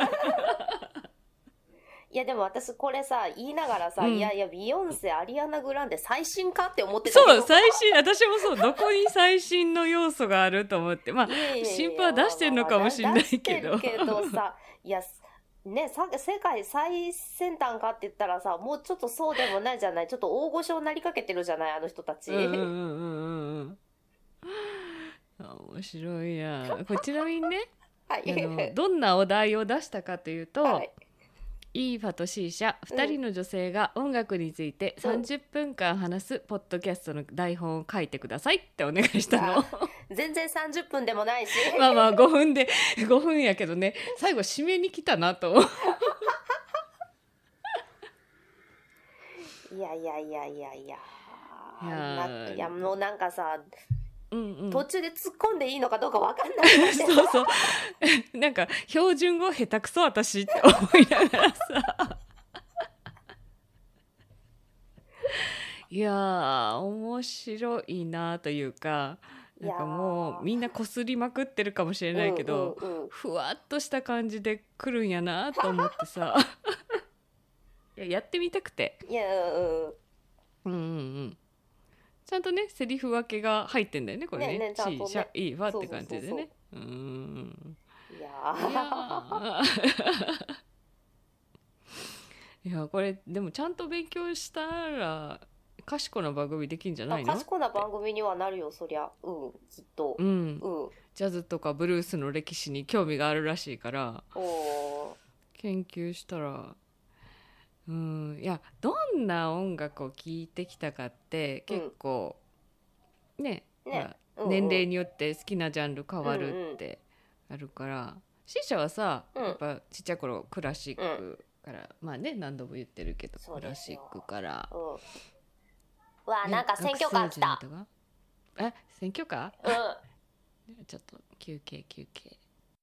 いやでも私これさ言いながらさ、うん、いやいやビヨンセ、アリアナグランデ最新かって思ってたけど。 そう、最新、私もそう、どこに最新の要素があると思って、まあ新譜は出してんのかもしれないけど。 出してるけどさ、いやね、さ世界最先端かって言ったらさ、もうちょっとそうでもないじゃない。ちょっと大御所になりかけてるじゃない、あの人たち。うんうんうんうん。 面白いや。こちなみにね、 はい、 あのどんなお題を出したかというと、はい、イーファと C 社ふたりの女性が音楽についてさんじゅっぷんかん話すポッドキャストの台本を書いてくださいってお願いしたの。 全然さんじゅっぷんでもないし。 まあまあごふんでごふんやけどね、最後締めに来たなと。 いやいやいやいやいやいやいや、もうなんかさ、うんうん、途中で突っ込んでいいのかどうか分かんないそうそうなんか標準語下手くそ私って思いながらさいやー面白いなというか、なんかもうみんなこすりまくってるかもしれないけど、うんうんうん、ふわっとした感じで来るんやなと思ってさいや、やってみたくて、 いや、うんうんうんうんちゃんとねセリフ分けが入ってんだよねこれね。ねねちゃんとね、シャイーファって感じでね。うーん。いやーいやこれでもちゃんと勉強したら賢な番組できんじゃないの？ 賢な番組にはなるよそりゃ。うんきっと。 うん。うん、ジャズとかブルースの歴史に興味があるらしいから。お研究したら。うん、いやどんな音楽を聴いてきたかって結構、うん、ね, ね、うんうん、年齢によって好きなジャンル変わるってあるから、うんうん、C 社はさ、うん、やっぱちっちゃい頃クラシックから、うん、まあね何度も言ってるけどクラシックから、うん、 わあなんか選挙カー来た。 え選挙カー、うん、ちょっと休憩休憩。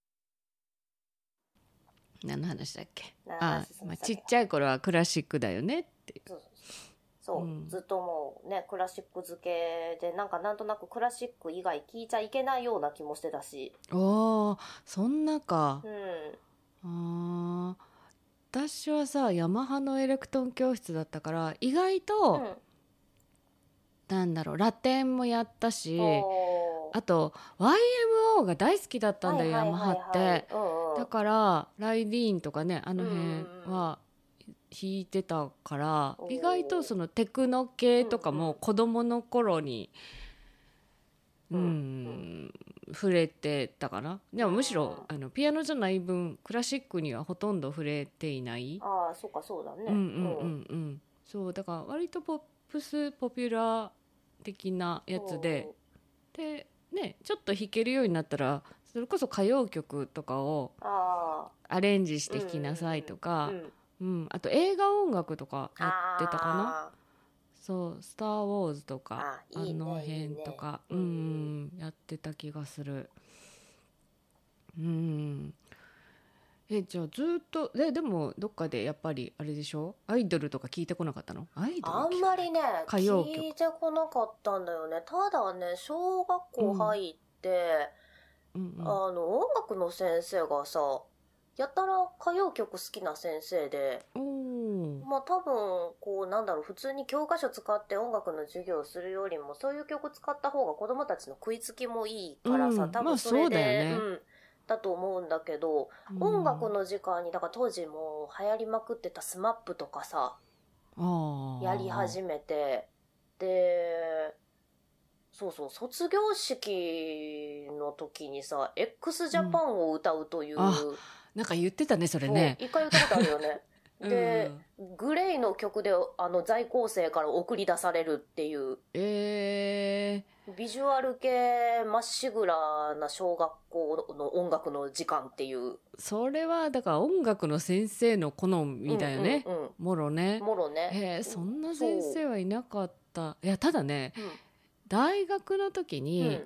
何の話だっけ？あ、まあ、ちっちゃい頃はクラシックだよねっていう。そうそう、うん、ずっともうねクラシック漬けでなんかなんとなくクラシック以外聞いちゃいけないような気もしてたし。 ああそんなか。うん、あ私はさヤマハのエレクトーン教室だったから意外と、うん、なんだろうラテンもやったし、あと ワイエムオー が大好きだったんだよ、ヤマハって、うんうん、だからライディーンとかねあの辺は弾いてたから、うん、意外とそのテクノ系とかも子供の頃に、うんうん、触れてたかな。でもむしろあのピアノじゃない分クラシックにはほとんど触れていない。 ああそうかそうだね。 うんうんうんうん、そうだから割とポップスポピュラー的なやつで、でね、ちょっと弾けるようになったらそれこそ歌謡曲とかをアレンジして弾きなさいとか、うんうんうん、あと映画音楽とかやってたかな。そうスター・ウォーズとか あ, あの辺とかいい、ねいいね、うんやってた気がする。うんえじゃあずっとででもどっかでやっぱりあれでしょ、アイドルとか聞いてこなかったの？アイドルあんまりね歌謡曲聞いてこなかったんだよね。ただね小学校入って、 うんうん、 あの音楽の先生がさやたら歌謡曲好きな先生で、 おまあ多分こうなんだろう、普通に教科書使って音楽の授業をするよりもそういう曲使った方が子供たちの食いつきもいいからさ、 うん、 多まあ分それで、 そうだよね、 うんだと思うんだけど、 うん、 音楽の時間にだから当時もう流行りまくってたスマップとかさあやり始めて、でそうそう卒業式の時にさ x ジャパンを歌うという、 うん、あなんか言ってたねそれね。 そう一回言ったことあるよねで、 うん、 グレイの曲であの在校生から送り出されるっていう、 えー、ビジュアル系まっしぐらな小学校の音楽の時間っていう。 それはだから音楽の先生の好みだよね、 うんうんうん、 もろねもろね、 えー、そんな先生はいなかった。いやただね、うん、大学の時に、うん、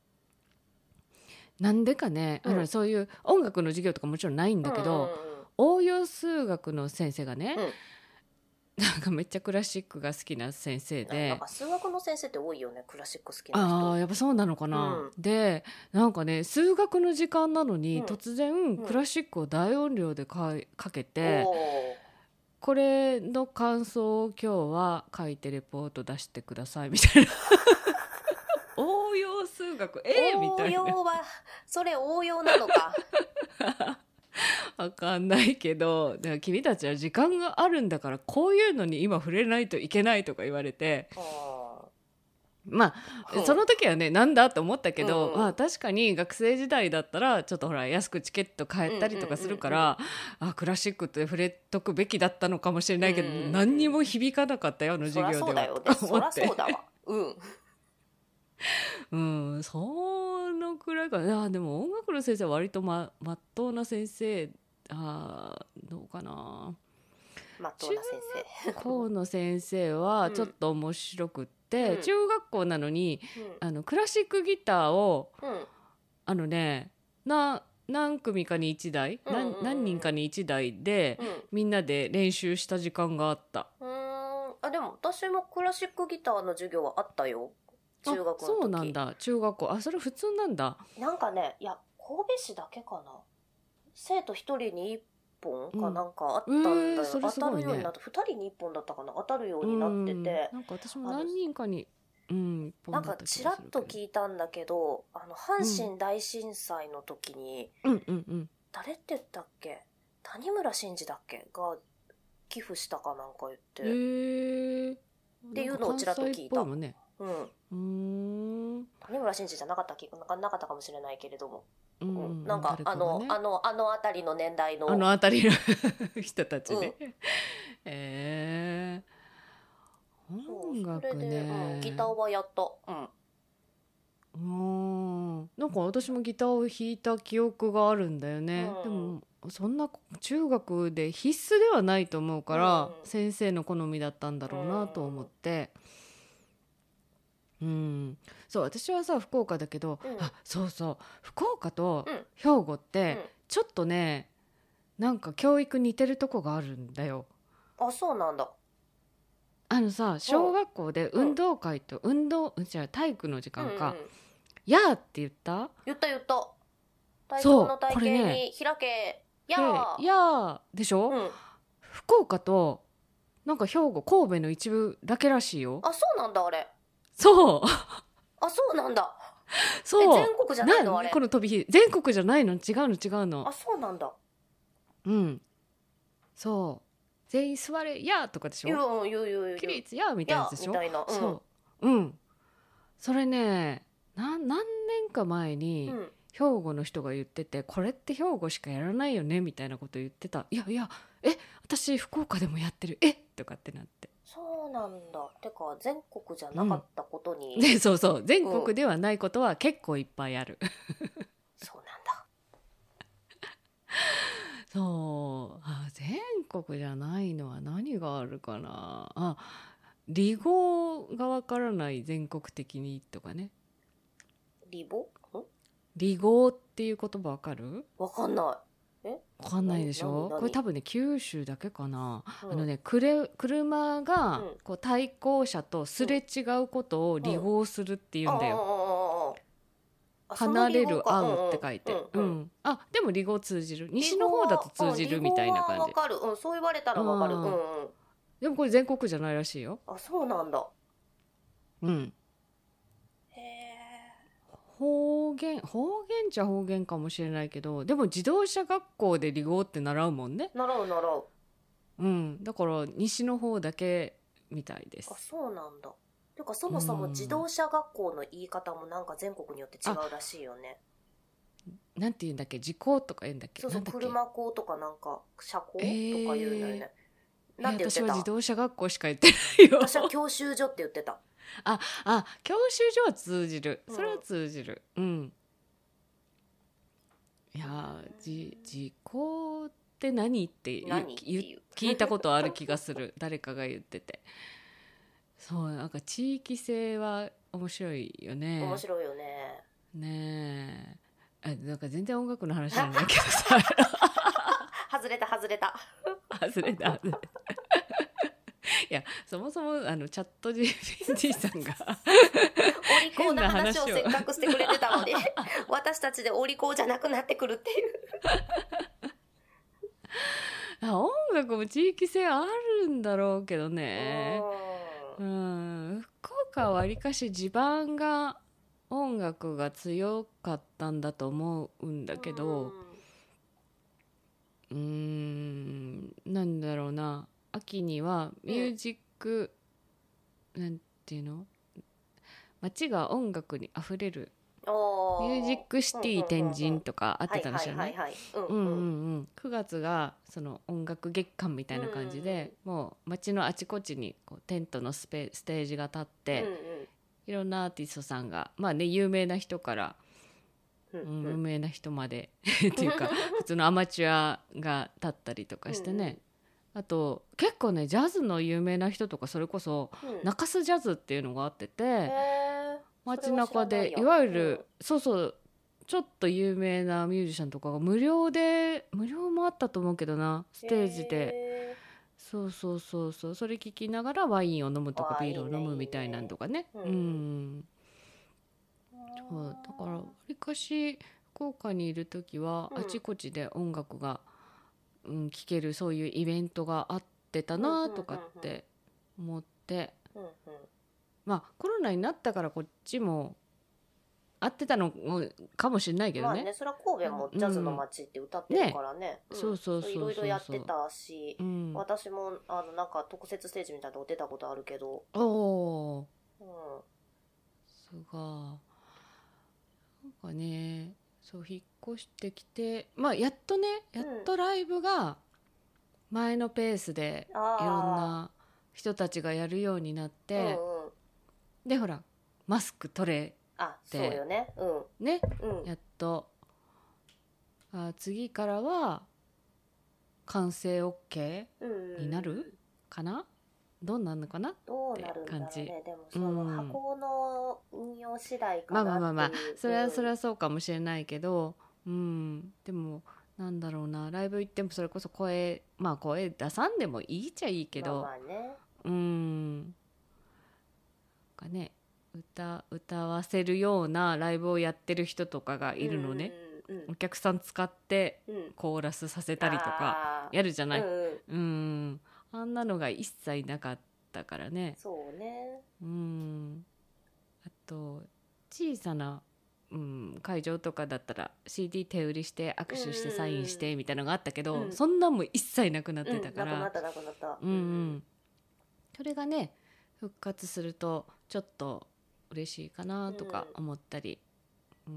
なんでかね、うん、あのそういう音楽の授業とかもちろんないんだけど、うんうんうん、応用数学の先生がね、うん、なんかめっちゃクラシックが好きな先生で、 なんか数学の先生って多いよねクラシック好きな人。 ああやっぱそうなのかな、うん、でなんかね数学の時間なのに、うん、突然クラシックを大音量でかかけて、うん、これの感想を今日は書いてレポート出してくださいみたいな応用数学えー、みたいな。 応用はそれ応用なのかわかんないけど、だから君たちは時間があるんだからこういうのに今触れないといけないとか言われて、まあ、うん、その時はねなんだと思ったけど、うん、まあ、確かに学生時代だったらちょっとほら安くチケット買えたりとかするから、あクラシックって触れとくべきだったのかもしれないけど、うん、何にも響かなかったよあの授業では。 そりゃそうだよね、そりゃそうだわうんうん、そのくらいかな。あでも音楽の先生は割とままっとうな先生、あどうかな、 まっとうな先生中学校の先生はちょっと面白くって、うん、中学校なのに、うん、あのクラシックギターを、うん、あのねな何組かにいちだい、うんうんうん、何, 何人かにいちだいで、うん、みんなで練習した時間があった。 うーんあでも私もクラシックギターの授業はあったよ中学の時。 そうなんだ中学校、あそれ普通なんだ。 なんかねいや神戸市だけかな、生徒ひとりにいっぽんかなんかあったんだよ、うんえーそれすごいね、当たるようになってふたりにいっぽんだったかな、当たるようになってて、 なんか私も何人かにうん、 なんかちらっと聞いたんだけどあの阪神大震災の時に、 うんうんうんうん、 誰って言ったっけ、谷村新司だっけが寄付したかなんか言って、 えー、 っていうのをちらっと聞いた。 ね、 うん、うーん谷村新司じゃなかったきなかったかもしれないけれども、うんうん、なんか、ね、あのあのあの辺りの年代のあの辺りの人たちね、うん、えー音楽ね、それで、 うん、ギターはやった、 うん、うんなんか私もギターを弾いた記憶があるんだよね、うん、でもそんな中学で必須ではないと思うから、うん、先生の好みだったんだろうなと思って、うん、うん、そう私はさ福岡だけど、うん、あそうそう福岡と兵庫ってちょっとねなんか教育似てるとこがあるんだよ。 あそうなんだ。 あのさ小学校で運動会と運動、うん、じゃあ体育の時間か、うんうん、やーって言った言った言った体操の体型に開け、やーやーでしょ、うん、福岡となんか兵庫神戸の一部だけらしいよ。 あそうなんだあれ。 そうあそうなんだ。 そう全国じゃないのあれ。 この飛び火全国じゃないの、違うの違うの。 あそうなんだ。 うんそう全員座れやーとかでしょ、 言う言う言う言う起立やーみたいなやつでしょ、みたいな、うん、そううんそれねな何年か前に、うん、兵庫の人が言っててこれって兵庫しかやらないよねみたいなこと言ってた。いやいやえ私福岡でもやってるえとかってなって、 そうなんだ。てか全国じゃなかったことに、 うんね、そうそう全国ではないことは結構いっぱいある、うん、 そうなんだそうあ全国じゃないのは何があるかなあ離合がわからない全国的にとかね。 離合？ 離合っていう言葉わかる？ わかんない。 えわかんないでしょ。 何何これ多分ね九州だけかな、 うん、 あのねくれ車がうんこう対向車とすれ違うことを離合するっていうんだよ、 ああ離れる合うって書いて、 うんうんうん、あでも離合通じる、西の方だと通じるみたいな感じ。 離合はわかる、うん、そう言われたらわかる、 ううんんうんでもこれ全国じゃないらしいよ。 あそうなんだ。 うんへえ。 方言方言じゃ方言かもしれないけど、でも自動車学校で離合って習うもんね。 習う習う。 うんだから西の方だけみたいです。 あそうなんだ。てかそもそも自動車学校の言い方もなんか全国によって違うらしいよね。 なんて言うんだっけ、時効とか言うんだっけ。 そうそう、 なんだっけ車校とかなんか車校とかえー言うんだよね。なんて言ってた？ 私は自動車学校しか言ってないよ。 私は教習所って言ってた。 ああ教習所は通じる、それは通じる。うん、うん、いやじ時効って何って何っていう聞いたことある気がする誰かが言ってて。そうなんか地域性は面白いよね。 面白いよね。 ねえ、あなんか全然音楽の話じゃないけどさ外れた外れた外れた外れたいやそもそもあのチャット ジーピーティー さんがお利口な話をせっかくしてくれてたので私たちでお利口じゃなくなってくるっていうあ音楽も地域性あるんだろうけどね。 ううん福岡はわりかし地盤が音楽が強かったんだと思うんだけど、うーんなんだろうな、秋にはミュージック、うん、なんていうの、街が音楽にあふれるミュージックシティ天神とかあってたの知らない？くがつがその音楽月間みたいな感じで、うんうん、もう街のあちこちにこうテントのスペステージが立って、うんうん、いろんなアーティストさんがまあね有名な人から、うんうん、無名な人までっていうか普通のアマチュアが立ったりとかしてね、うんうん、あと結構ねジャズの有名な人とかそれこそ、うん、中洲ジャズっていうのがあってて、街中でいわゆる、うん、そうそうちょっと有名なミュージシャンとかが無料で無料もあったと思うけどな、ステージでそうそうそうそうそれ聞きながらワインを飲むとかビールを飲むみたいなんとかね、いいね、うん、うん、そうだからわりかし福岡にいる時はあちこちで音楽が、うん、聴けるそういうイベントがあってたなとかって思って、うんうん、まあコロナになったからこっちも合ってたのかもしれないけどね。 まあね、それは神戸もジャズの街って歌ってるからね。 うん、そうそうそうそう。 いろいろやってたし、 うん、 私もあのなんか特設ステージみたいなとこ出たことあるけど。 おお。 うん。 すがなんかね、そう引っ越してきて、まあやっとね、やっとライブが前のペースでいろんな人たちがやるようになって、うんうん、でほらマスク取れ。 あ、そうよね。うん。 ね、うん、やっとあ次からは完成 OK になるかな、どうなるのかなって感じ。 どうなるんだろうね。でもその箱の運用次第かなっていう、 まあまあまあまあそれはそれはそうかもしれないけど、うん、でもなんだろうな、ライブ行ってもそれこそ声まあ声出さんでもいいっちゃいいけど、 まあまあね、 うんなんかね歌, 歌わせるようなライブをやってる人とかがいるのね、うんうんうん、お客さん使ってコーラスさせたりとかやるじゃない、うんうんうん、あんなのが一切なかったからね。 そうね、 うん、あと小さな、うん、会場とかだったら シーディー 手売りして握手してサインしてみたいなのがあったけど、うんうん、そんなんも一切なくなってたから、 うん、なくなったなくなった、 うんうん、それがね復活するとちょっと嬉しいかなとか思ったり、うん、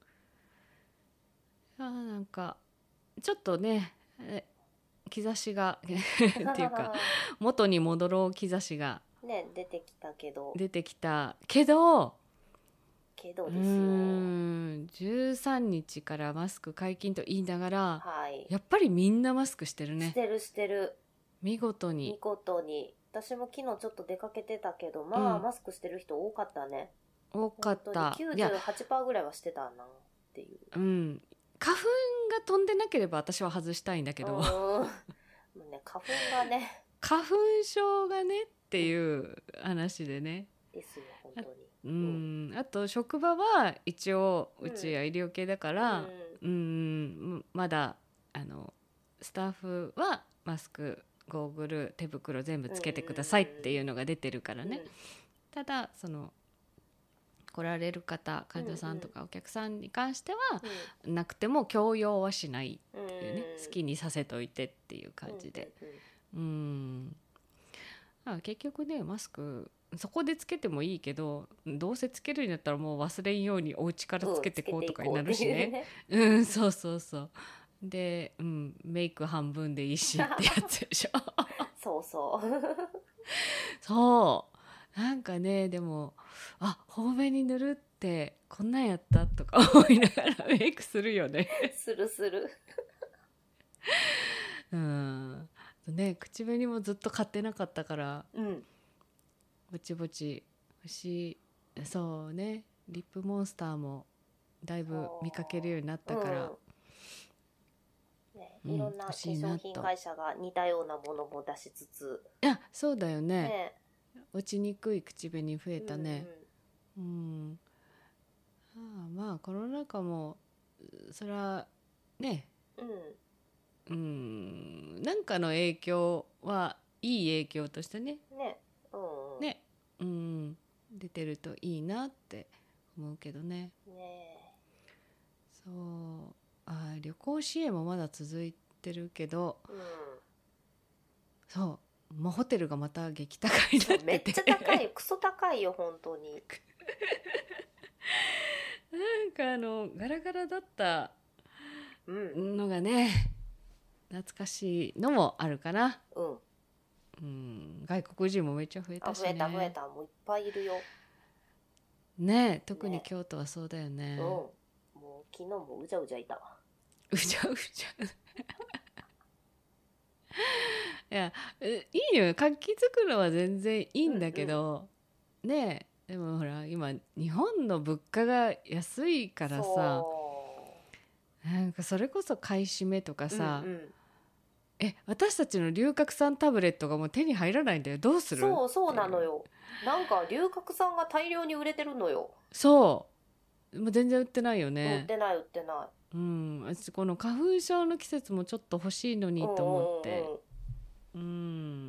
あなんかちょっとね兆しがっていうか元に戻ろう兆しが、 ね、出てきたけど出てきたけどけどですよ、 うんじゅうさんにちからマスク解禁と言いながら、 はい、 やっぱりみんなマスクしてるね。 してるしてる、 見事に見事に。私も昨日ちょっと出かけてたけど、まあ、うん、マスクしてる人多かったね。 多かった。 きゅうじゅうはちパーセントぐらいはしてたなっていう。 うん、 花粉が飛んでなければ私は外したいんだけど、 もうね、花粉がね花粉症がねっていう話でね。 ですよ本当に。 うん、あと職場は一応うちは医療系だから、うん、うん、まだあのスタッフはマスク、ゴーグル、手袋全部つけてくださいっていうのが出てるからね、うん、ただその来られる方、患者さんとかお客さんに関しては、うん、なくても強要はしないっていうね、うん、好きにさせといてっていう感じで、うん、うん、あ、結局ねマスクそこでつけてもいいけど、どうせつけるんだったらもう忘れんようにお家からつけてこうとかになるしね、うん、そうそうそうで、うん、メイク半分でいいしってやつでしょそうそうそうなんかね、でもあ、頬紅に塗るってこんなんやったとか思いながらメイクするよねするするうんね、口紅もずっと買ってなかったから、 うん、 ぼちぼち欲しい。そうね、リップモンスターもだいぶ見かけるようになったから、 うんね、いろんな化粧品会社が似たようなものも出しつつ、 いやそうだよね、ね、落ちにくい口紅増えたね、うん、うん、ああ、まあコロナ禍もそれはね、うん、うん、なんかの影響はいい影響としてね、 ね、うん、 ね、うん、出てるといいなって思うけどね。 ね、 そう、あ、旅行支援もまだ続いてるけど、うん、そうもうホテルがまた激高になってて、 めっちゃ高い、クソ高いよ本当になんかあのガラガラだったのがね、うん、懐かしいのもあるかな、うんうん、外国人もめっちゃ増えたしね。 あ、増えた増えた、もういっぱいいるよね、特に京都はそうだよね、 ね、うん、もう昨日もうじゃうじゃいたわ。 うじゃうじゃいや、いいよ、活気づくのは全然いいんだけど、うんうん、ねえ、でもほら今日本の物価が安いからさ、なんかそれこそ買い占めとかさ、うんうん、え、私たちの龍角散タブレットがもう手に入らないんだよ、どうする？ そうそうなのよ。なんか龍角散が大量に売れてるのよ。 そう、もう全然売ってないよね。 売ってない売ってない。 うん、私この花粉症の季節もちょっと欲しいのにと思って、うん、うん、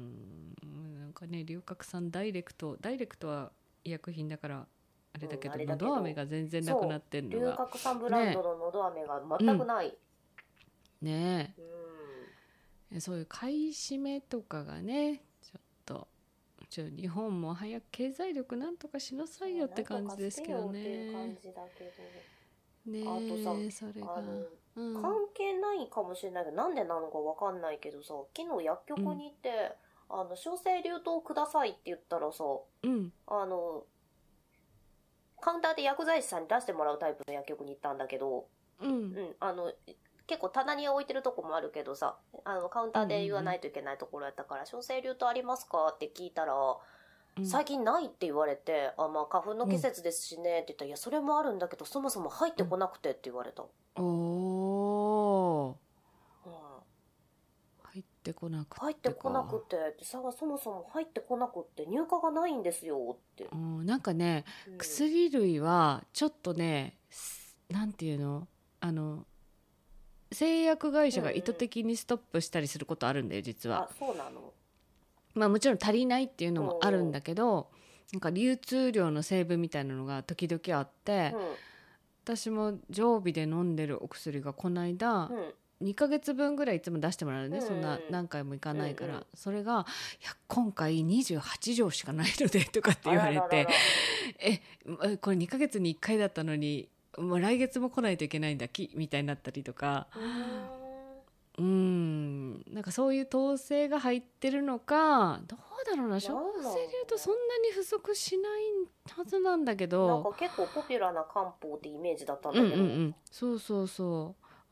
なんかね、龍角散ダイレクトダイレクトは医薬品だからあれだけど、うん、のど飴が全然なくなってんのが、 龍角散ブランドののど飴が全くない、 ね、ねえ、うん、そういう買い占めとかがね、ちょっとちょ日本も早く経済力なんとかしなさいよって感じですけどね。っていう感じだけどね、あとさ、それがあの、うん、関係ないかもしれないけど、なんでなのかわかんないけどさ、昨日薬局に行って、うん、あの小生流糖くださいって言ったらさ、うん、あのカウンターで薬剤師さんに出してもらうタイプの薬局に行ったんだけど、うん、うん、あの結構棚に置いてるとこもあるけどさ、あのカウンターで言わないといけないところやったから、小生流糖ありますかって聞いたら、最近ないって言われて、あ、まあ花粉の季節ですしねって言ったら、うん、いやそれもあるんだけどそもそも入ってこなくてって言われた。うん、おー、うん、入ってこなくて入ってこなくてってさ、そもそも入ってこなくって入荷がないんですよって。うん、なんかね、うん、薬類はちょっとね、なんていうの、あの製薬会社が意図的にストップしたりすることあるんだよ実は。あ、そうなの。まあもちろん足りないっていうのもあるんだけど、なんか流通量の成分みたいなのが時々あって、うん、私も常備で飲んでるお薬がこの間、うん、にかげつぶんぐらいいつも出してもらうね、うん、そんな何回もいかないから、うんうん、それがいや今回にじゅうはちじょうしかないのでとかって言われて、えこれにかげつにいっかいだったのにもう来月も来ないといけないんだきみたいになったりとか、うーん、なんかそういう統制が入ってるのかどうだろうな。小生流とそんなに不足しないはずなんだけど、なんか結構ポピュラーな漢方ってイメージだったんだけど、うんうんうん、そうそうそう、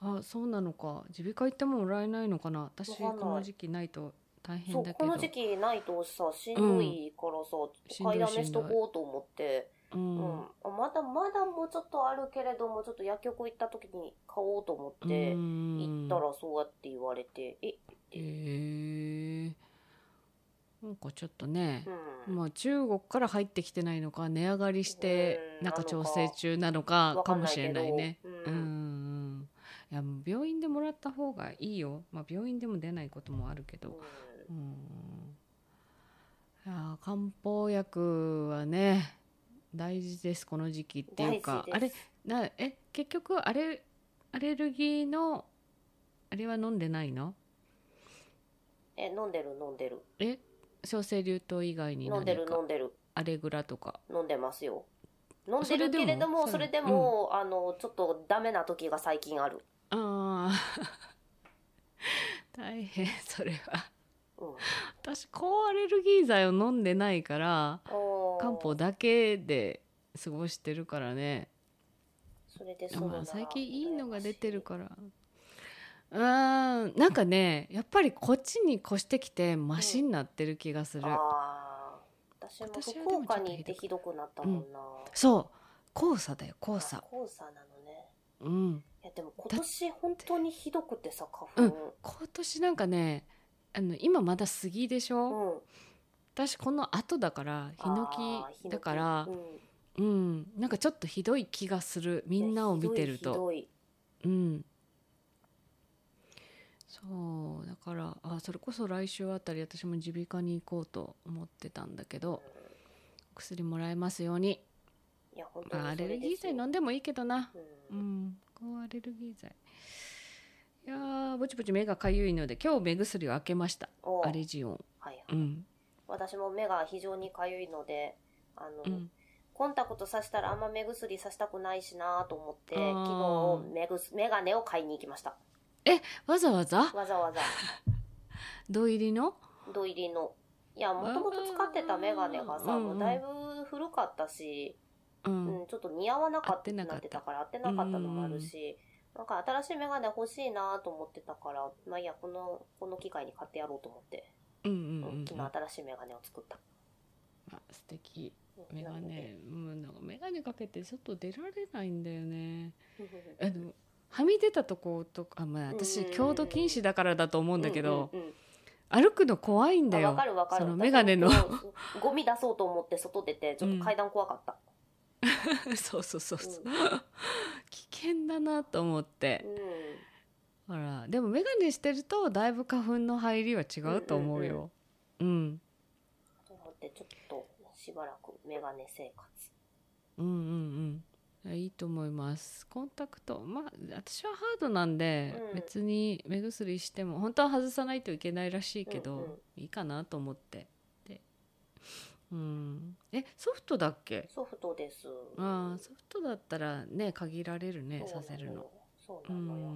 あ、そうなのか。耳鼻科行ってももらえないのかな。私この時期ないと大変だけど。そう、この時期ないとさしんどいからさ、うん、買いだめしとこうと思ってうん、うん、まだまだもうちょっとあるけれども、ちょっと薬局行った時に買おうと思って行ったらそうやって言われて、えっへえー、なんかちょっとね、うん、まあ中国から入ってきてないのか値上がりしてなんか調整中なのかかもしれないね。うん、うん、いやもう病院でもらった方がいいよ。まあ病院でも出ないこともあるけど、うん、うん、いや漢方薬はね大事ですこの時期っていうか、あれなえ結局あれアレルギーのあれは飲んでないの？ え飲んでる飲んでる。 え小生竜糖以外に飲んでる飲んでる。 アレグラとか飲んでますよ。飲んでるけれどもそれでも、それでも、うん、あのちょっとダメな時が最近ある。 あ大変それは、うん、私抗アレルギー剤を飲んでないから漢方だけで過ごしてるからね。 それでそう、まあ、 最近いいのが出てるからうーんなんかねやっぱりこっちに越してきてマシになってる気がする、うん、あ私も福岡に行ってひどくなったもんな、うん、 そう黄砂だよ黄砂黄砂なのね。 うんいやでも今年本当にひどくてさ花粉、うん、 今年なんかねあの今まだ杉でしょ、うん、私この後だからヒノキだから、うん、うん、なんかちょっとひどい気がするみんなを見てると、ひどいひどい、うん、そうだからあそれこそ来週あたり私も耳鼻科に行こうと思ってたんだけど、うん、薬もらえますように。 いや本当にアレルギー剤飲んでもいいけどな、うん、うん、抗アレルギー剤。いやぼちぼち目がかゆいので今日目薬を開けました。アレジオン、はいはい、うん、 私も目が非常にかゆいのであの、うん、コンタクトさしたらあんま目薬さしたくないしなと思って昨日目ぐメガネを買いに行きました。 えわざわざわざわざ銅入りの銅入りのいやもともと使ってたメガネがさ、うんうん、だいぶ古かったし、うんうん、ちょっと似合わなかったなってたから合ってなかったのもあるし、なんか新しいメガネ欲しいなと思ってたから、まあいやこのこの機会に買ってやろうと思って、うんうんうんうん、昨日新しいメガネを作った。 あ素敵メガネ、うん、なんかメガネかけて外出られないんだよねあのはみ出たとことか、まあ、私強度禁止だからだと思うんだけど、うんうんうん、歩くの怖いんだよ。 わかるわかる。 そのメガネのゴミ出そうと思って外出てちょっと階段怖かった、 うん、そうそうそうそう、うん、危険だなと思って、うん、ほらでもメガネしてるとだいぶ花粉の入りは違うと思うよ。うん、うんうん、 と思ってちょっとしばらくメガネ生活。 うんうんうんいいと思います。コンタクトまあ私はハードなんで、うん、別に目薬しても本当は外さないといけないらしいけど、うんうん、いいかなと思ってで、うん、えソフトだっけ？ ソフトです。 あソフトだったらね限られるねさせるの。 そうなのよ。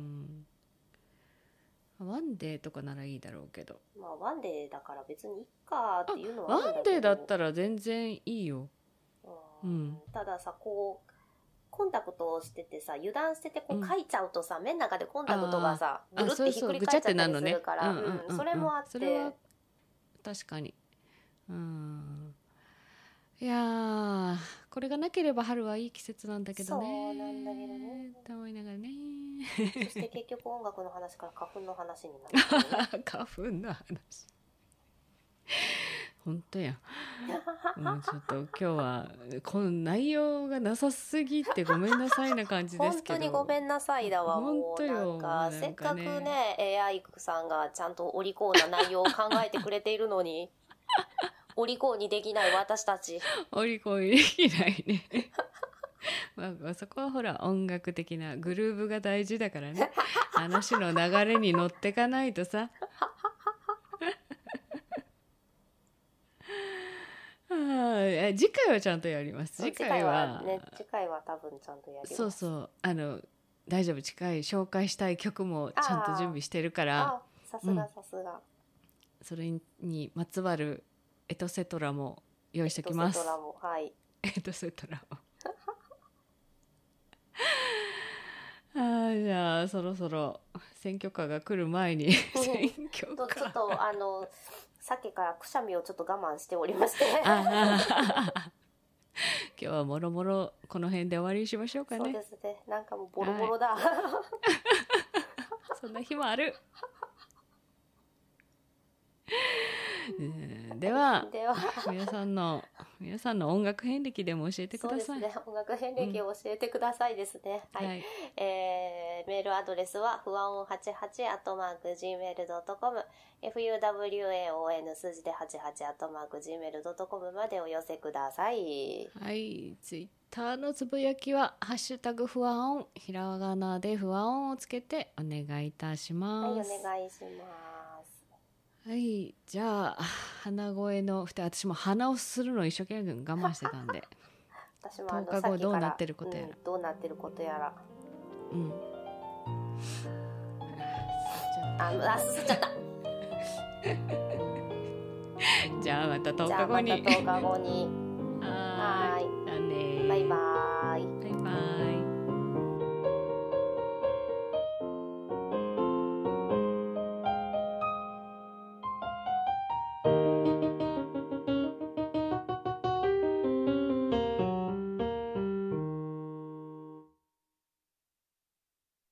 うんワンデーとかならいいだろうけどまあワンデーだから別にいっかっていうのはあるんだけどワンデーだったら全然いいよ。 うん、たださこうコンタクトをしててさ油断しててこう書いちゃうとさ、うん、目の中でコンタクトがさぐるってひっくり返っちゃったりするからそれもあって、それは確かにうんいやこれがなければ春はいい季節なんだけどね。 そうなんだけどねと思いながらねそして結局音楽の話から花粉の話になる、 ね、花粉の話本当やもうちょっと今日はこの内容がなさすぎてごめんなさいな感じですけど本当にごめんなさいだわ。もうなんかせっかくね エーアイ さんがちゃんとお利口な内容を考えてくれているのにお利口にできない私たちお利口にできないねまあ、そこはほら音楽的なグルーヴが大事だからね話の流れに乗ってかないとさあ次回はちゃんとやります。次回はね次回は多分ちゃんとやります。 そうそうあの大丈夫近い紹介したい曲もちゃんと準備してるからさすがさすがそれにまつわるエトセトラも用意しておきます。 エトセトラもはいエトセトラもあじゃあそろそろ選挙カーが来る前に選挙カーちょっとあのさっきからくしゃみをちょっと我慢しておりまして日はもろもろこの辺で終わりにしましょうかね。 そうですね。なんかもうボロボロだ。はい、 そんな日もある。では、では皆さんの皆さんの音楽遍歴でも教えてください。 そうですね。音楽遍歴を教えてくださいですね。うん、はい、はい。えー、メールアドレスはフワオンはちはちアットマークジーメールドットコム、フユーダブリューエーオーエヌ 数字ではちはちアットマークジーメールドットコムまでお寄せください。 はい。ツイッターのつぶやきはハッシュタグフワオン、ひらがなでフワオンをつけてお願いいたします。 はい、お願いします。 はい、じゃあ鼻声のふたり、私も鼻をするの一生懸命我慢してたんで私もあのとおかごどうなってることやら、うん、 どうなってることやら、 うんあ、あ、すっちゃったじゃあまたとおかごにじゃあまたとおかごに